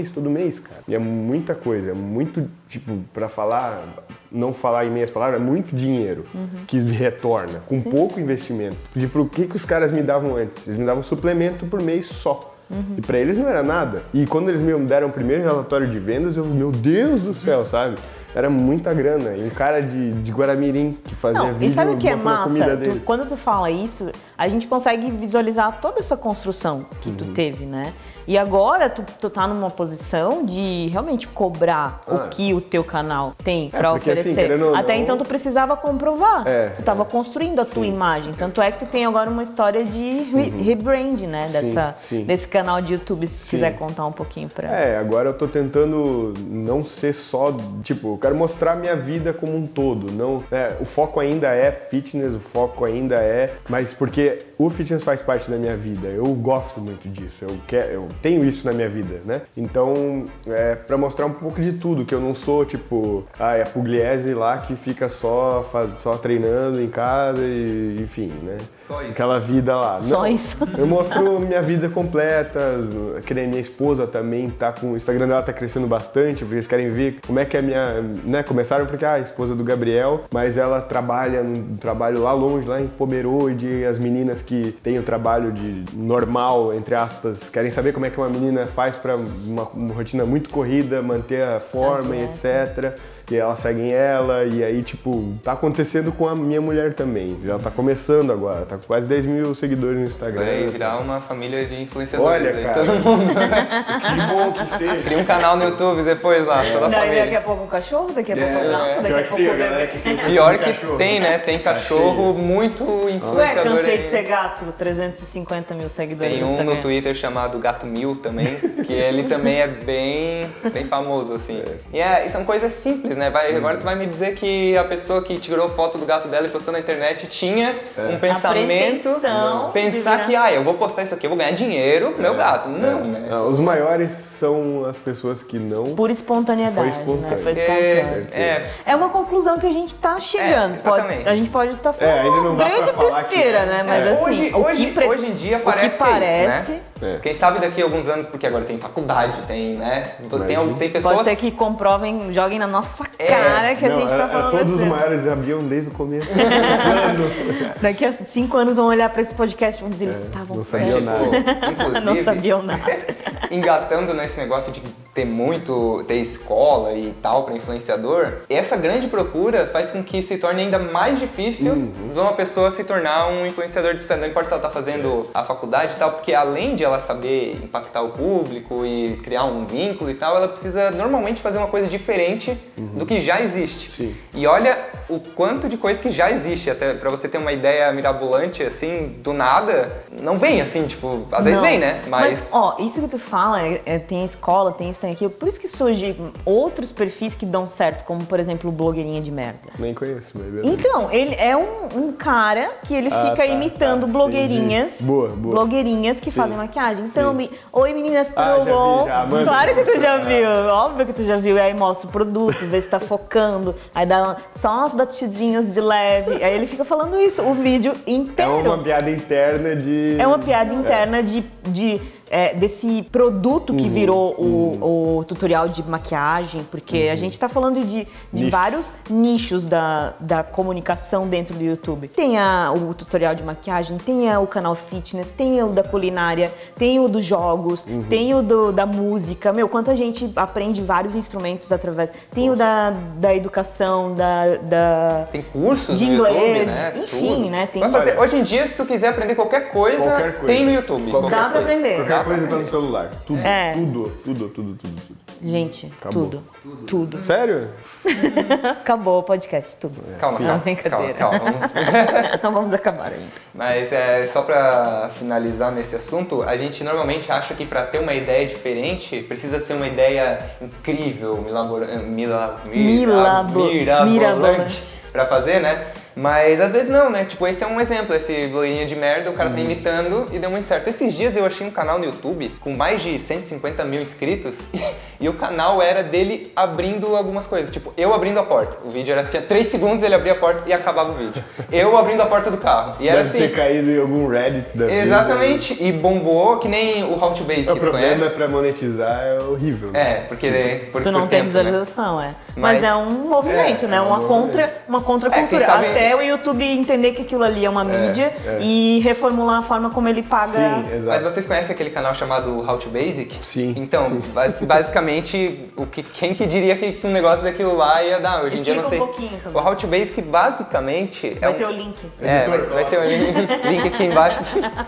[SPEAKER 3] cara. E é muita coisa, é muito, tipo, pra falar, não falar em meias palavras, é muito dinheiro que retorna, com pouco investimento. Porque pro que os caras me davam antes? Eles me davam suplemento por mês só. E pra eles não era nada. E quando eles me deram o primeiro relatório de vendas, meu Deus do céu, sabe? Era muita grana. E um cara de Guaramirim que fazia vídeo
[SPEAKER 2] e sabe o que é
[SPEAKER 3] mostrando a comida
[SPEAKER 2] massa?
[SPEAKER 3] dele.
[SPEAKER 2] Quando tu fala isso, a gente consegue visualizar toda essa construção que tu teve, né? E agora tu tá numa posição de realmente cobrar o que o teu canal tem pra
[SPEAKER 3] porque, assim,
[SPEAKER 2] oferecer.
[SPEAKER 3] querendo ou
[SPEAKER 2] Até
[SPEAKER 3] não-
[SPEAKER 2] então tu precisava comprovar. Tu tava construindo a tua imagem. Tanto é que tu tem agora uma história de rebrand, né? Desse canal de YouTube, se quiser contar um pouquinho pra...
[SPEAKER 3] Agora eu tô tentando não ser só, tipo, eu quero mostrar a minha vida como um todo. Não, o foco ainda é fitness, o foco ainda mas porque o fitness faz parte da minha vida. Eu gosto muito disso. Eu tenho isso na minha vida, né? Então, pra mostrar um pouco de tudo, que eu não sou, tipo, a Pugliese lá que fica só treinando em casa e, enfim, né?
[SPEAKER 1] Só isso.
[SPEAKER 3] Aquela vida lá.
[SPEAKER 2] Só
[SPEAKER 3] Não,
[SPEAKER 2] isso.
[SPEAKER 3] Eu mostro minha vida completa, que nem minha esposa também tá com... O Instagram dela tá crescendo bastante, porque eles querem ver como é que é a minha... Né? Começaram porque a esposa do Gabriel, mas ela trabalha num trabalho lá longe, lá em Pomerode, as meninas que têm o trabalho de normal, entre aspas, querem saber como é que uma menina faz pra uma rotina muito corrida, manter a forma e etc. E elas seguem ela, e aí, tipo, tá acontecendo com a minha mulher também. Já tá começando agora, tá com quase 10 mil seguidores no Instagram.
[SPEAKER 1] Vai virar uma família de influenciadores.
[SPEAKER 3] Olha,
[SPEAKER 1] aí,
[SPEAKER 3] cara,
[SPEAKER 1] todo mundo.
[SPEAKER 3] que bom que seja.
[SPEAKER 1] Cria um canal no YouTube depois lá, toda a
[SPEAKER 2] Daí daqui
[SPEAKER 1] família.
[SPEAKER 2] a pouco um cachorro, daqui a pouco um gato, daqui
[SPEAKER 3] Pior
[SPEAKER 2] a
[SPEAKER 3] que
[SPEAKER 2] pouco
[SPEAKER 3] tem
[SPEAKER 2] um
[SPEAKER 3] a galera
[SPEAKER 2] bebê.
[SPEAKER 3] que tem
[SPEAKER 1] Pior que
[SPEAKER 3] cachorro.
[SPEAKER 1] tem, né? Tem cachorro muito
[SPEAKER 2] Ué,
[SPEAKER 1] influenciador
[SPEAKER 2] cansei
[SPEAKER 1] aí.
[SPEAKER 2] de ser gato, 350 mil seguidores
[SPEAKER 1] Tem
[SPEAKER 2] no
[SPEAKER 1] um
[SPEAKER 2] Instagram.
[SPEAKER 1] no Twitter chamado Gato Mil também, que ele também é bem famoso, assim. E são coisas simples, né? Agora tu vai me dizer que a pessoa que tirou foto do gato dela e postou na internet tinha um pensamento,
[SPEAKER 2] pretensão
[SPEAKER 1] pensar
[SPEAKER 2] de
[SPEAKER 1] que, eu vou postar isso aqui, eu vou ganhar dinheiro com meu gato. Não, né?
[SPEAKER 3] Os maiores são as pessoas que não...
[SPEAKER 2] Por espontaneidade,
[SPEAKER 3] Foi espontâneo.
[SPEAKER 2] né? Foi espontâneo. É uma conclusão que a gente tá chegando.
[SPEAKER 1] exatamente.
[SPEAKER 2] A gente pode estar falando
[SPEAKER 3] ainda não dá pra
[SPEAKER 2] grande
[SPEAKER 3] falar que-
[SPEAKER 2] besteira, né? Mas assim,
[SPEAKER 1] hoje em dia parece
[SPEAKER 2] parece...
[SPEAKER 1] isso, né? Quem sabe daqui a alguns anos, porque agora tem faculdade, tem, né? Tem pessoas...
[SPEAKER 2] Pode ser que comprovem, joguem na nossa cara que a gente tá falando
[SPEAKER 3] todos os
[SPEAKER 2] besteira.
[SPEAKER 3] maiores sabiam desde o começo.
[SPEAKER 2] Daqui a 5 anos vão olhar pra esse podcast e vão dizer, eles estavam
[SPEAKER 3] não
[SPEAKER 2] certos.
[SPEAKER 3] sabiam nada.
[SPEAKER 1] Inclusive,
[SPEAKER 2] Não sabiam nada.
[SPEAKER 1] engatando nesse negócio de ter escola e tal para influenciador, essa grande procura faz com que se torne ainda mais difícil de uma pessoa se tornar um influenciador de sucesso. Não importa se ela tá fazendo a faculdade e tal, porque além de ela saber impactar o público e criar um vínculo e tal, ela precisa normalmente fazer uma coisa diferente do que já existe.
[SPEAKER 3] Sim.
[SPEAKER 1] E olha o quanto de coisa que já existe, até pra você ter uma ideia mirabolante, assim, do nada, não vem assim, tipo, às vezes
[SPEAKER 2] Não.
[SPEAKER 1] vem, né?
[SPEAKER 2] Mas, ó, isso que tu fala, tem escola, tem isso, tem aquilo, por isso que surgem outros perfis que dão certo, como, por exemplo, o blogueirinha de merda.
[SPEAKER 3] Nem conheço, mas beleza.
[SPEAKER 2] Então, ele é um cara que ele fica imitando blogueirinhas,
[SPEAKER 3] entendi. Boa.
[SPEAKER 2] blogueirinhas que fazem maquiagem. Então, oi meninas, tudo
[SPEAKER 3] já vi,
[SPEAKER 2] bom?
[SPEAKER 3] já. Manda
[SPEAKER 2] Claro que tu
[SPEAKER 3] pra
[SPEAKER 2] já
[SPEAKER 3] mostrar.
[SPEAKER 2] viu, óbvio que tu já viu. E aí mostra o produto, vê se tá focando, aí dá só umas batidinhas de leve, aí ele fica falando isso, o vídeo
[SPEAKER 3] É
[SPEAKER 2] inteiro.
[SPEAKER 3] uma piada interna de...
[SPEAKER 2] É uma piada interna desse produto que virou o tutorial de maquiagem, porque a gente tá falando de vários nichos da comunicação dentro do YouTube. Tem o tutorial de maquiagem, tem o canal fitness, tem o da culinária, tem o dos jogos, tem o da música. Meu, quanta gente aprende vários instrumentos através. Tem o da educação,
[SPEAKER 1] Tem cursos
[SPEAKER 2] de
[SPEAKER 1] no
[SPEAKER 2] inglês,
[SPEAKER 1] YouTube, né?
[SPEAKER 2] enfim,
[SPEAKER 1] Tudo.
[SPEAKER 2] né? Tem
[SPEAKER 1] Vai fazer- hoje em dia, se tu quiser aprender qualquer coisa, tem no YouTube.
[SPEAKER 3] Qualquer
[SPEAKER 2] Dá pra
[SPEAKER 3] coisa.
[SPEAKER 2] aprender.
[SPEAKER 3] Qualquer coisa tá no celular. Tudo,
[SPEAKER 2] É.
[SPEAKER 3] tudo.
[SPEAKER 2] Gente,
[SPEAKER 3] Acabou.
[SPEAKER 2] tudo.
[SPEAKER 3] Sério?
[SPEAKER 2] Acabou o podcast, tudo.
[SPEAKER 1] Calma,
[SPEAKER 2] Não,
[SPEAKER 1] calma,
[SPEAKER 2] brincadeira.
[SPEAKER 1] calma.
[SPEAKER 2] Não vamos acabar ainda.
[SPEAKER 1] Mas só pra finalizar nesse assunto, a gente normalmente acha que pra ter uma ideia diferente, precisa ser uma ideia incrível, mirabolante pra fazer, né? Mas às vezes não, né? Tipo, esse é um exemplo, esse blogueirinho de merda, o cara tá imitando e deu muito certo. Esses dias eu achei um canal no YouTube com mais de 150 mil inscritos e o canal era dele abrindo algumas coisas. Tipo, eu abrindo a porta. O vídeo tinha 3 segundos, ele abria a porta e acabava o vídeo. Eu abrindo a porta do carro. E era
[SPEAKER 3] Deve
[SPEAKER 1] assim.
[SPEAKER 3] ter caído em algum Reddit da vida.
[SPEAKER 1] Exatamente. E bombou que nem o How to Base que
[SPEAKER 3] O
[SPEAKER 1] tu
[SPEAKER 3] problema
[SPEAKER 1] conhece.
[SPEAKER 3] pra monetizar é horrível, né?
[SPEAKER 1] Porque
[SPEAKER 2] Tu não
[SPEAKER 1] por
[SPEAKER 2] tem
[SPEAKER 1] tempo, né?
[SPEAKER 2] visualização, é.
[SPEAKER 1] Mas-
[SPEAKER 2] Mas é um movimento, né? Uma contracultura.
[SPEAKER 1] quem sabe-
[SPEAKER 2] Até o YouTube entender que aquilo ali é uma mídia e reformular a forma como ele paga.
[SPEAKER 3] Sim, exato.
[SPEAKER 1] Mas vocês conhecem aquele canal chamado How to Basic?
[SPEAKER 3] Sim,
[SPEAKER 1] Então,
[SPEAKER 3] sim.
[SPEAKER 1] basicamente, quem que diria que um negócio daquilo lá ia dar? Hoje em dia eu não sei.
[SPEAKER 2] Explica um pouquinho, Tomás.
[SPEAKER 1] O How to Basic basicamente
[SPEAKER 2] Vai ter o link.
[SPEAKER 1] vai ter o link aqui embaixo.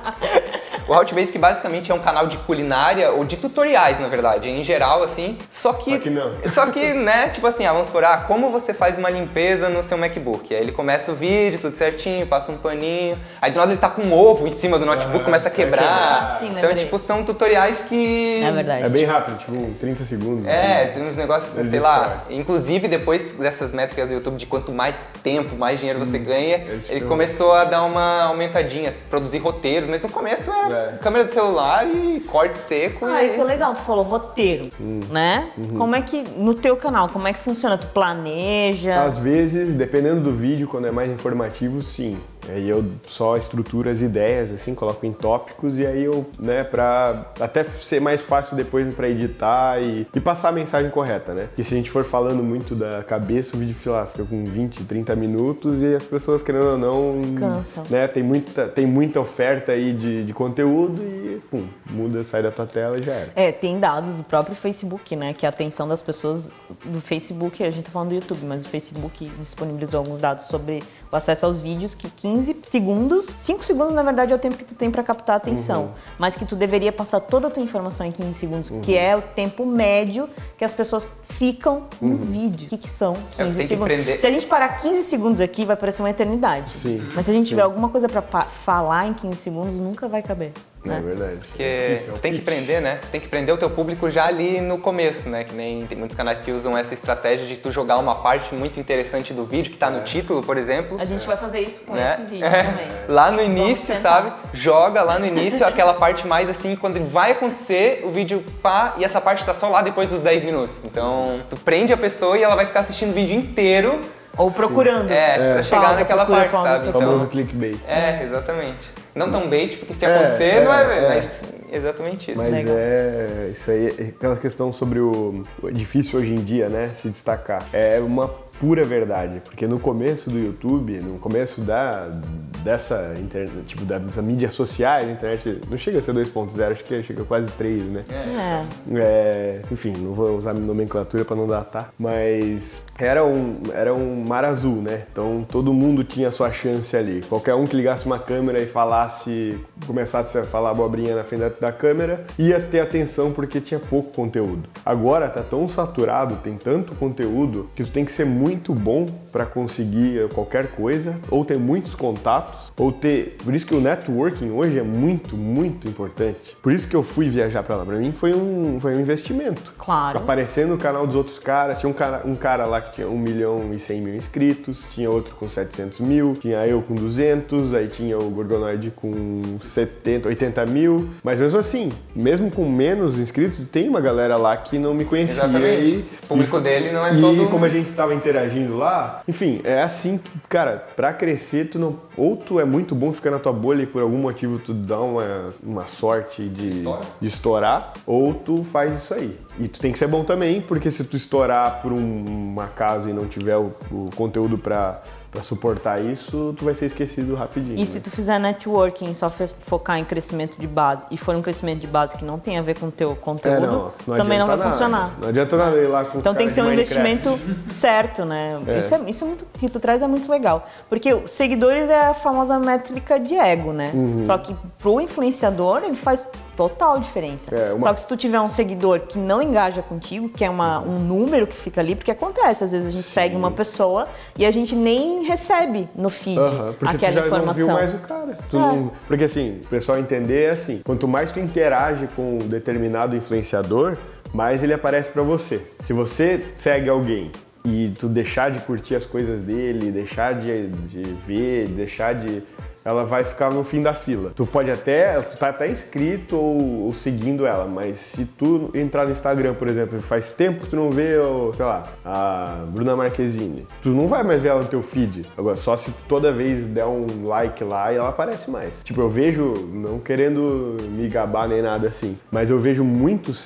[SPEAKER 1] O How to Basic basicamente é um canal de culinária ou de tutoriais, na verdade, em geral, assim. Só que
[SPEAKER 3] não.
[SPEAKER 1] Só que, né, tipo assim, vamos supor, como você faz uma limpeza no seu MacBook? Aí ele começa o vídeo, tudo certinho, passa um paninho. Aí do nada ele tá com um ovo em cima do notebook, começa a quebrar.
[SPEAKER 2] Sim,
[SPEAKER 1] Então,
[SPEAKER 2] lembrei.
[SPEAKER 1] tipo, são tutoriais que...
[SPEAKER 2] É verdade.
[SPEAKER 3] É bem rápido, tipo 30 segundos.
[SPEAKER 1] Tem uns negócios assim,
[SPEAKER 3] Eles
[SPEAKER 1] sei lá.
[SPEAKER 3] distorcem.
[SPEAKER 1] Inclusive, depois dessas métricas do YouTube, de quanto mais tempo, mais dinheiro você ganha,
[SPEAKER 3] eles
[SPEAKER 1] ele
[SPEAKER 3] ficam-
[SPEAKER 1] começou a dar uma aumentadinha, produzir roteiros, mas no começo era câmera do celular e corte seco. e
[SPEAKER 2] Isso é legal, tu falou roteiro, né? Como é que, no teu canal, como é que funciona? Tu planeja?
[SPEAKER 3] Às vezes, dependendo do vídeo, quando é mais informativo, sim. Aí eu só estruturo as ideias, assim, coloco em tópicos e aí eu, né, pra até ser mais fácil depois pra editar e passar a mensagem correta, né? Porque se a gente for falando muito da cabeça, o vídeo fica com 20, 30 minutos e as pessoas, querendo ou não,
[SPEAKER 2] Cansam.
[SPEAKER 3] né, tem muita oferta aí de conteúdo e, pum, muda, sai da tua tela e já era.
[SPEAKER 2] Tem dados do próprio Facebook, né? Que a atenção das pessoas do Facebook, a gente tá falando do YouTube, mas o Facebook disponibilizou alguns dados sobre o acesso aos vídeos que 15 segundos, 5 segundos na verdade é o tempo que tu tem pra captar a atenção, mas que tu deveria passar toda a tua informação em 15 segundos, que é o tempo médio que as pessoas ficam no vídeo. O que são 15
[SPEAKER 1] você tem que
[SPEAKER 2] segundos?
[SPEAKER 1] prender-
[SPEAKER 2] Se a gente parar 15 segundos aqui, vai parecer uma eternidade.
[SPEAKER 3] Sim,
[SPEAKER 2] Mas se a gente tiver alguma coisa pra falar em 15 segundos, nunca vai caber.
[SPEAKER 3] É
[SPEAKER 2] Né?
[SPEAKER 3] verdade.
[SPEAKER 1] Porque tu tem que prender, né? Tu tem que prender o teu público já ali no começo, né? Que nem tem muitos canais que usam essa estratégia de tu jogar uma parte muito interessante do vídeo, que tá no título, por exemplo.
[SPEAKER 2] A gente vai fazer isso com
[SPEAKER 1] Né?
[SPEAKER 2] esse vídeo também.
[SPEAKER 1] Lá no início,
[SPEAKER 2] tentar.
[SPEAKER 1] sabe? Joga lá no início aquela parte mais assim, quando vai acontecer, o vídeo pá, e essa parte tá só lá depois dos 10 minutos. Então, tu prende a pessoa e ela vai ficar assistindo o vídeo inteiro.
[SPEAKER 2] Ou procurando.
[SPEAKER 1] Pra chegar
[SPEAKER 2] Pausa,
[SPEAKER 1] naquela
[SPEAKER 2] procura,
[SPEAKER 1] parte,
[SPEAKER 2] pausa,
[SPEAKER 1] sabe?
[SPEAKER 3] O famoso clickbait.
[SPEAKER 1] Exatamente. Não tão bait, porque se acontecer, não é, mas exatamente isso.
[SPEAKER 3] Mas
[SPEAKER 2] Legal.
[SPEAKER 3] isso aí, aquela questão sobre o difícil hoje em dia, né, se destacar. É uma pura verdade, porque no começo do YouTube, no começo dessa internet, tipo, das mídias sociais, a internet não chega a ser 2.0, acho que chega a quase 3, né? Enfim, não vou usar nomenclatura para não datar, mas era um mar azul, né? Então todo mundo tinha a sua chance ali. Qualquer um que ligasse uma câmera e começasse a falar abobrinha na frente da câmera, ia ter atenção porque tinha pouco conteúdo. Agora tá tão saturado, tem tanto conteúdo, que tu tem que ser muito bom para conseguir qualquer coisa, ou ter muitos contatos, ou ter... Por isso que o networking hoje é muito, muito importante. Por isso que eu fui viajar para lá. Para mim foi um investimento.
[SPEAKER 2] Claro.
[SPEAKER 3] Aparecer no canal dos outros caras. Tinha um cara lá que tinha 1.100.000 inscritos, tinha outro com 700 mil, tinha eu com 200, aí tinha o Gorgonoid com 70, 80 mil. Mas mesmo assim, mesmo com menos inscritos, tem uma galera lá que não me conhecia.
[SPEAKER 1] Exatamente. O público dele não é
[SPEAKER 3] e
[SPEAKER 1] todo...
[SPEAKER 3] como a gente estava interagindo lá, enfim, é assim que, cara, pra crescer, ou tu é muito bom ficar na tua bolha e por algum motivo tu dá uma sorte de estourar, ou tu faz isso aí. E tu tem que ser bom também, porque se tu estourar por um acaso e não tiver o conteúdo pra pra suportar isso, tu vai ser esquecido rapidinho.
[SPEAKER 2] E se tu fizer networking, só focar em crescimento de base, e for um crescimento de base que não tem a ver com o teu conteúdo, também não vai funcionar.
[SPEAKER 3] Não adianta nada ir lá com
[SPEAKER 2] Então tem que ser um
[SPEAKER 3] Minecraft.
[SPEAKER 2] investimento certo, né? Isso é muito, que tu traz é muito legal. Porque seguidores é a famosa métrica de ego, né? Só que pro influenciador, ele faz total diferença. Só que se tu tiver um seguidor que não engaja contigo, que é um número que fica ali, porque acontece, às vezes a gente segue uma pessoa e a gente nem recebe no feed
[SPEAKER 3] porque
[SPEAKER 2] aquela
[SPEAKER 3] tu já
[SPEAKER 2] informação.
[SPEAKER 3] não viu mais o cara. Porque assim, o pessoal entender é assim, quanto mais tu interage com um determinado influenciador, mais ele aparece pra você. Se você segue alguém e tu deixar de curtir as coisas dele, deixar de ver, deixar de... ela vai ficar no fim da fila. Tu tá até inscrito ou seguindo ela, mas se tu entrar no Instagram, por exemplo, faz tempo que tu não vê, sei lá, a Bruna Marquezine, tu não vai mais ver ela no teu feed. Agora, só se toda vez der um like lá e ela aparece mais. Tipo, eu vejo, não querendo me gabar nem nada assim, mas eu vejo muitos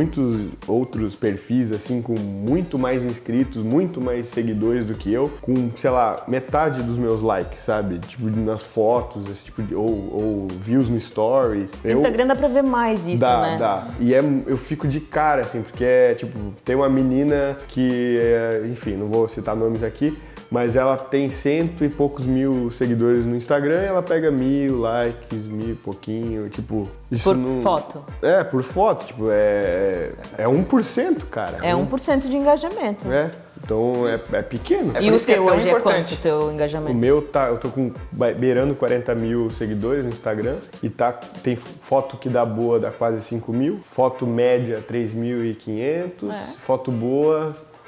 [SPEAKER 3] outros perfis, assim, com muito mais inscritos, muito mais seguidores do que eu, com, sei lá, metade dos meus likes, sabe? Tipo, nas fotos, esse tipo de, ou views no stories.
[SPEAKER 2] No Instagram dá pra ver mais isso, né?
[SPEAKER 3] Dá. E eu fico de cara, assim, porque tipo, tem uma menina que, enfim, não vou citar nomes aqui, mas ela tem 100 e poucos mil seguidores no Instagram e ela pega 1000 likes, 1000 e pouquinho, tipo... Isso
[SPEAKER 2] por foto?
[SPEAKER 3] Por foto, tipo, é 1%, cara.
[SPEAKER 2] É 1% de engajamento.
[SPEAKER 3] Então é pequeno.
[SPEAKER 2] E o teu hoje é quanto o teu engajamento?
[SPEAKER 3] O meu eu tô beirando 40 mil seguidores no Instagram e tem foto que dá boa, dá quase 5 mil, foto média 3.500, foto boa...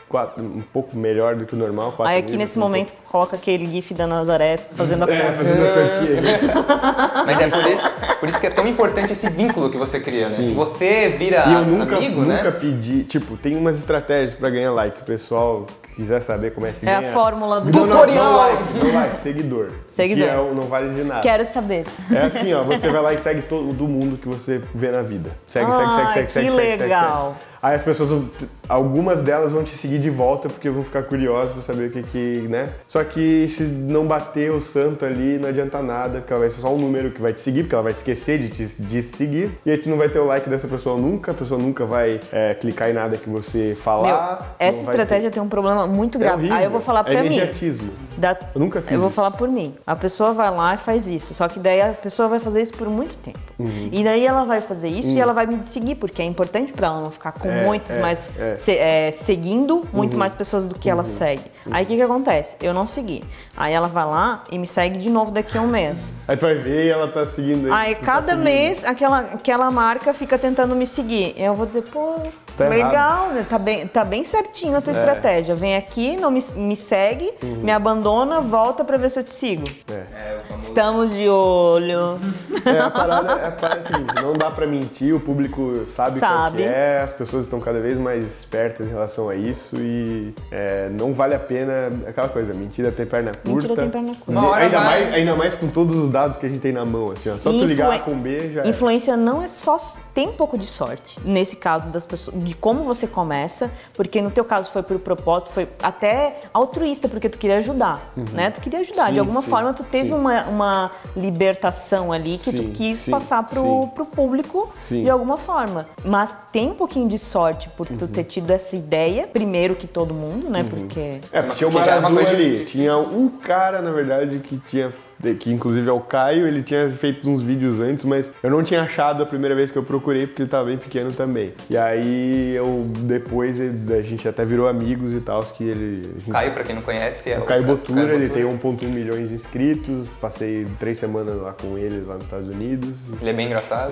[SPEAKER 3] um pouco melhor do que o normal.
[SPEAKER 2] Aí aqui nesse momento coloca aquele gif da Nazaré fazendo a conta.
[SPEAKER 3] Fazendo a quantia.
[SPEAKER 1] Mas é por isso que é tão importante esse vínculo que você cria, né? Sim. Se você vira amigo, né? Eu nunca pedi, tipo, tem umas estratégias pra ganhar like. O pessoal quiser saber como é que ganha.
[SPEAKER 2] É a fórmula do
[SPEAKER 3] tutorial. Não like, seguidor.
[SPEAKER 2] Seguidor.
[SPEAKER 3] Que não vale de nada.
[SPEAKER 2] Quero saber.
[SPEAKER 3] É assim, ó, você vai lá e segue todo mundo que você vê na vida. Segue.
[SPEAKER 2] Que legal.
[SPEAKER 3] Aí as pessoas, algumas delas vão te seguir de volta porque vão ficar curiosas pra saber o que, né? Só que se não bater o santo ali, não adianta nada, porque ela vai ser só um número que vai te seguir, porque ela vai esquecer de seguir. E aí tu não vai ter o like dessa pessoa nunca, a pessoa nunca vai clicar em nada que você falar.
[SPEAKER 2] Essa estratégia tem um problema muito grave.
[SPEAKER 3] Horrível.
[SPEAKER 2] Aí eu vou falar pra mim.
[SPEAKER 3] Imediatismo. Eu nunca fiz
[SPEAKER 2] Eu vou
[SPEAKER 3] isso.
[SPEAKER 2] falar por mim. A pessoa vai lá e faz isso. Só que daí a pessoa vai fazer isso por muito tempo. E daí ela vai fazer isso e ela vai me seguir, porque é importante pra ela não ficar com muitos mais seguindo muito mais pessoas do que ela segue. Aí o que acontece? Eu não segui. Aí ela vai lá e me segue de novo daqui a um mês.
[SPEAKER 3] Aí tu vai ver e ela tá seguindo.
[SPEAKER 2] Aí cada mês aquela marca fica tentando me seguir. Eu vou dizer, pô,
[SPEAKER 3] tá
[SPEAKER 2] legal, né? Tá bem certinho a tua estratégia. Vem aqui, não me segue, me abandona, volta pra ver se eu te sigo. Estamos de olho.
[SPEAKER 3] A parada é assim, não dá pra mentir, o público sabe qual que é, as pessoas estão cada vez mais espertas em relação a isso e não vale a pena aquela coisa, mentira tem perna curta.
[SPEAKER 2] Mentira tem perna curta.
[SPEAKER 3] Ainda mais com todos os dados que a gente tem na mão, assim, ó. Só tu ligar com B já
[SPEAKER 2] Influência não é só... Tem um pouco de sorte, nesse caso das pessoas, de como você começa, porque no teu caso foi por propósito, foi até altruísta, porque tu queria ajudar, né? Tu queria ajudar, de alguma forma tu teve uma libertação ali que tu quis passar pro público de alguma forma. Mas tem um pouquinho de sorte por tu ter tido essa ideia, primeiro que todo mundo, né? Porque...
[SPEAKER 3] tinha uma azul ali, tinha um cara, na verdade, que inclusive é o Caio, ele tinha feito uns vídeos antes, mas eu não tinha achado a primeira vez que eu procurei porque ele tava bem pequeno também. E aí depois a gente até virou amigos e tal, que ele...
[SPEAKER 1] Caio, pra quem não conhece, é
[SPEAKER 3] o Caio Botura, ele tem 1,1 milhões de inscritos, passei 3 semanas lá com ele, lá nos Estados Unidos.
[SPEAKER 1] Ele é bem engraçado.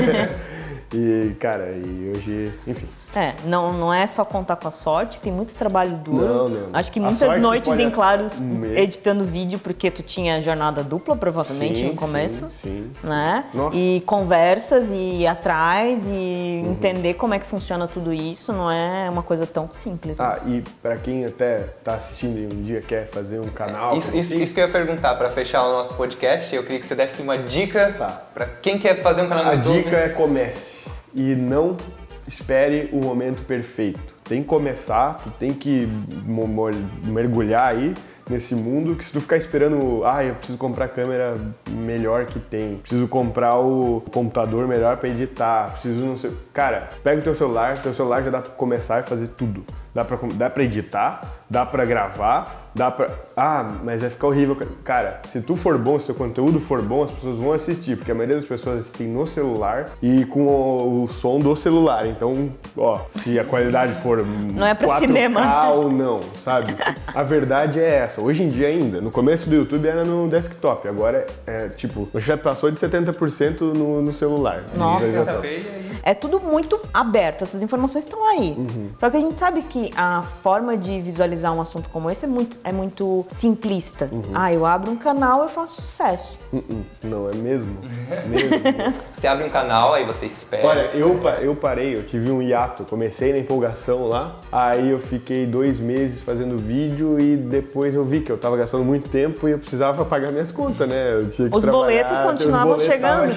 [SPEAKER 3] E, cara, hoje, enfim...
[SPEAKER 2] Não é só contar com a sorte, tem muito trabalho duro.
[SPEAKER 3] Não.
[SPEAKER 2] Acho que muitas noites em claros editando vídeo, porque tu tinha jornada dupla, provavelmente, no começo.
[SPEAKER 3] Sim.
[SPEAKER 2] Né? E conversas, e ir atrás, e entender como é que funciona tudo isso, não é uma coisa tão simples. Né?
[SPEAKER 3] E pra quem até tá assistindo e um dia quer fazer um canal...
[SPEAKER 1] Isso que eu ia perguntar, pra fechar o nosso podcast, eu queria que você desse uma dica pra quem quer fazer um canal no YouTube.
[SPEAKER 3] A dica é comece e não espere o momento perfeito. Tem que começar, tu tem que mergulhar aí, nesse mundo que se tu ficar esperando, eu preciso comprar a câmera melhor que tem, preciso comprar o computador melhor pra editar, preciso não sei... Cara, pega o teu celular já dá pra começar e fazer tudo. Dá pra editar, dá pra gravar, dá pra... mas vai ficar horrível. Cara, se tu for bom, se teu conteúdo for bom, as pessoas vão assistir, porque a maioria das pessoas assistem no celular e com o som do celular. Então, se a qualidade for
[SPEAKER 2] não é pra
[SPEAKER 3] 4K
[SPEAKER 2] cinema
[SPEAKER 3] ou não, sabe? A verdade é essa. Hoje em dia ainda, no começo do YouTube era no desktop, agora já passou de 70% no celular.
[SPEAKER 2] Nossa, é tudo muito aberto, essas informações estão aí. Só que a gente sabe que a forma de visualizar um assunto como esse é muito simplista. Eu abro um canal, eu faço sucesso.
[SPEAKER 3] Não, é mesmo.
[SPEAKER 1] Você abre um canal, aí você espera.
[SPEAKER 3] Olha, eu parei, eu tive um hiato, comecei na empolgação lá, aí eu fiquei 2 meses fazendo vídeo e depois eu vi que eu tava gastando muito tempo e eu precisava pagar minhas contas, né? Eu tinha que
[SPEAKER 2] os boletos continuavam chegando.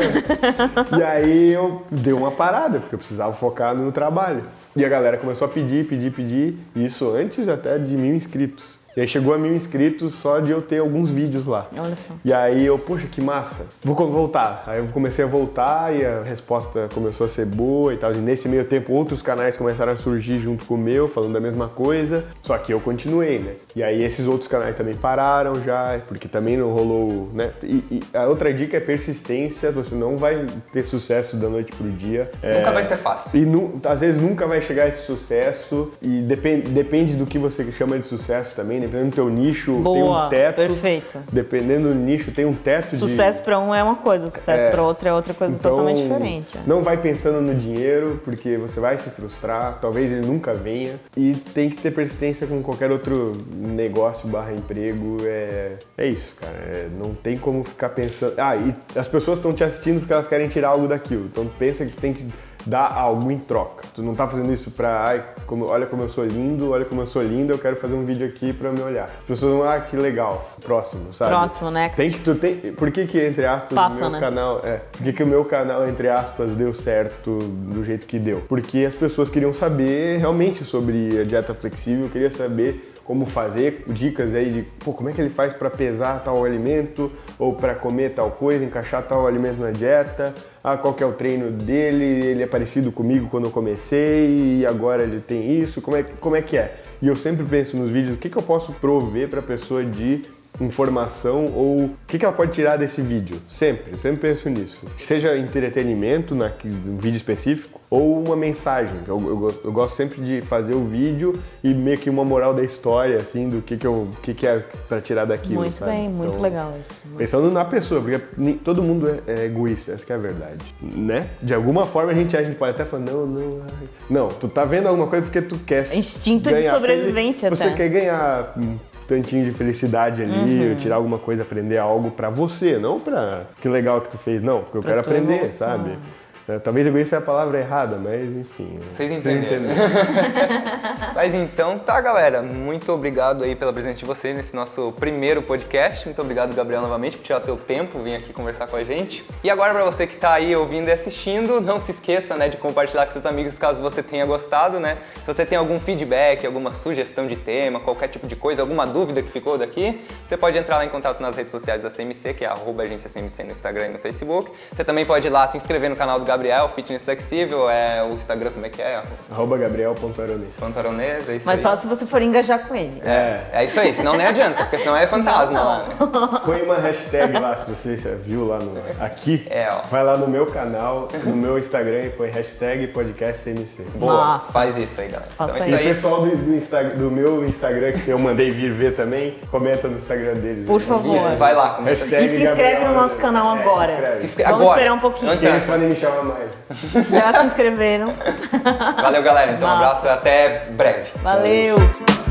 [SPEAKER 3] E aí eu dei uma parada, porque eu precisava focar no trabalho. E a galera começou a pedir, isso antes até de 1.000 inscritos. E aí chegou a 1.000 inscritos só de eu ter alguns vídeos lá.
[SPEAKER 2] Olha só.
[SPEAKER 3] E aí eu, poxa, que massa. Vou voltar. Aí eu comecei a voltar e a resposta começou a ser boa e tal. E nesse meio tempo outros canais começaram a surgir junto com o meu, falando da mesma coisa. Só que eu continuei, né? E aí esses outros canais também pararam já, porque também não rolou, né? E a outra dica é persistência. Você não vai ter sucesso da noite pro dia.
[SPEAKER 1] Nunca vai ser fácil.
[SPEAKER 3] E às vezes nunca vai chegar esse sucesso. E depende do que você chama de sucesso também. Dependendo do teu nicho, tem um teto.
[SPEAKER 2] Perfeito.
[SPEAKER 3] Dependendo do nicho, tem um teto.
[SPEAKER 2] Sucesso pra um é uma coisa, sucesso pra outro é outra coisa totalmente diferente.
[SPEAKER 3] Não vai pensando no dinheiro, porque você vai se frustrar, talvez ele nunca venha. E tem que ter persistência com qualquer outro negócio / emprego. É isso, cara. Não tem como ficar pensando... E as pessoas estão te assistindo porque elas querem tirar algo daquilo. Então pensa que tu tem que dar algo em troca. Tu não tá fazendo isso pra, olha como eu sou lindo, olha como eu sou linda, eu quero fazer um vídeo aqui pra me olhar. As pessoas vão, que legal, próximo, sabe?
[SPEAKER 2] Próximo, next.
[SPEAKER 3] Por que entre aspas, o meu canal, por que o meu canal, entre aspas, deu certo do jeito que deu? Porque as pessoas queriam saber realmente sobre a dieta flexível, queria saber como fazer, dicas aí de como é que ele faz para pesar tal alimento ou para comer tal coisa, encaixar tal alimento na dieta, qual que é o treino dele, ele é parecido comigo quando eu comecei e agora ele tem isso, como é que é? E eu sempre penso nos vídeos, o que eu posso prover para a pessoa de informação ou o que ela pode tirar desse vídeo? Eu sempre penso nisso. Seja entretenimento, num vídeo específico, ou uma mensagem. Eu gosto sempre de fazer o vídeo e meio que uma moral da história, assim, do que é pra tirar daquilo.
[SPEAKER 2] Muito
[SPEAKER 3] sabe?
[SPEAKER 2] bem, muito legal isso.
[SPEAKER 3] Pensando na pessoa, porque todo mundo é egoísta, essa que é a verdade, né? De alguma forma a gente pode até falar, não, tu tá vendo alguma coisa porque tu quer
[SPEAKER 2] instinto de sobrevivência,
[SPEAKER 3] você quer ganhar tantinho de felicidade ali, tirar alguma coisa, aprender algo pra você, não pra que legal que tu fez, não, porque eu quero aprender, emoção, sabe? Talvez egoísta é a palavra errada, mas enfim.
[SPEAKER 1] Vocês entenderam. Mas então tá, galera. Muito obrigado aí pela presença de vocês nesse nosso primeiro podcast. Muito obrigado, Gabriel, novamente, por tirar teu tempo, vir aqui conversar com a gente. E agora, pra você que tá aí ouvindo e assistindo, não se esqueça, né, de compartilhar com seus amigos caso você tenha gostado, né? Se você tem algum feedback, alguma sugestão de tema, qualquer tipo de coisa, alguma dúvida que ficou daqui, você pode entrar lá em contato nas redes sociais da CMC, que é @agenciacmc no Instagram e no Facebook. Você também pode ir lá se inscrever no canal do Gabriel, Fitness Flexível, o Instagram como é que é?
[SPEAKER 3] @gabriel.aronês.
[SPEAKER 1] É isso.
[SPEAKER 2] Mas
[SPEAKER 1] aí.
[SPEAKER 2] só se você for engajar com ele.
[SPEAKER 1] É isso aí, senão nem adianta, porque senão é fantasma.
[SPEAKER 3] Põe uma hashtag lá, se você viu lá aqui. Vai lá no meu canal, no meu Instagram e põe hashtag podcastcmc.
[SPEAKER 1] Boa,
[SPEAKER 2] Nossa.
[SPEAKER 1] Faz isso aí, galera. Então,
[SPEAKER 3] E o pessoal do meu Instagram, que eu mandei vir ver também, comenta no Instagram deles.
[SPEAKER 2] Por favor.
[SPEAKER 1] Isso, vai lá.
[SPEAKER 2] E se inscreve no nosso canal agora. Vamos esperar um pouquinho.
[SPEAKER 3] Eles podem me chamar mais.
[SPEAKER 2] Já se inscreveram.
[SPEAKER 1] Valeu, galera. Então, um abraço e até breve.
[SPEAKER 2] Valeu.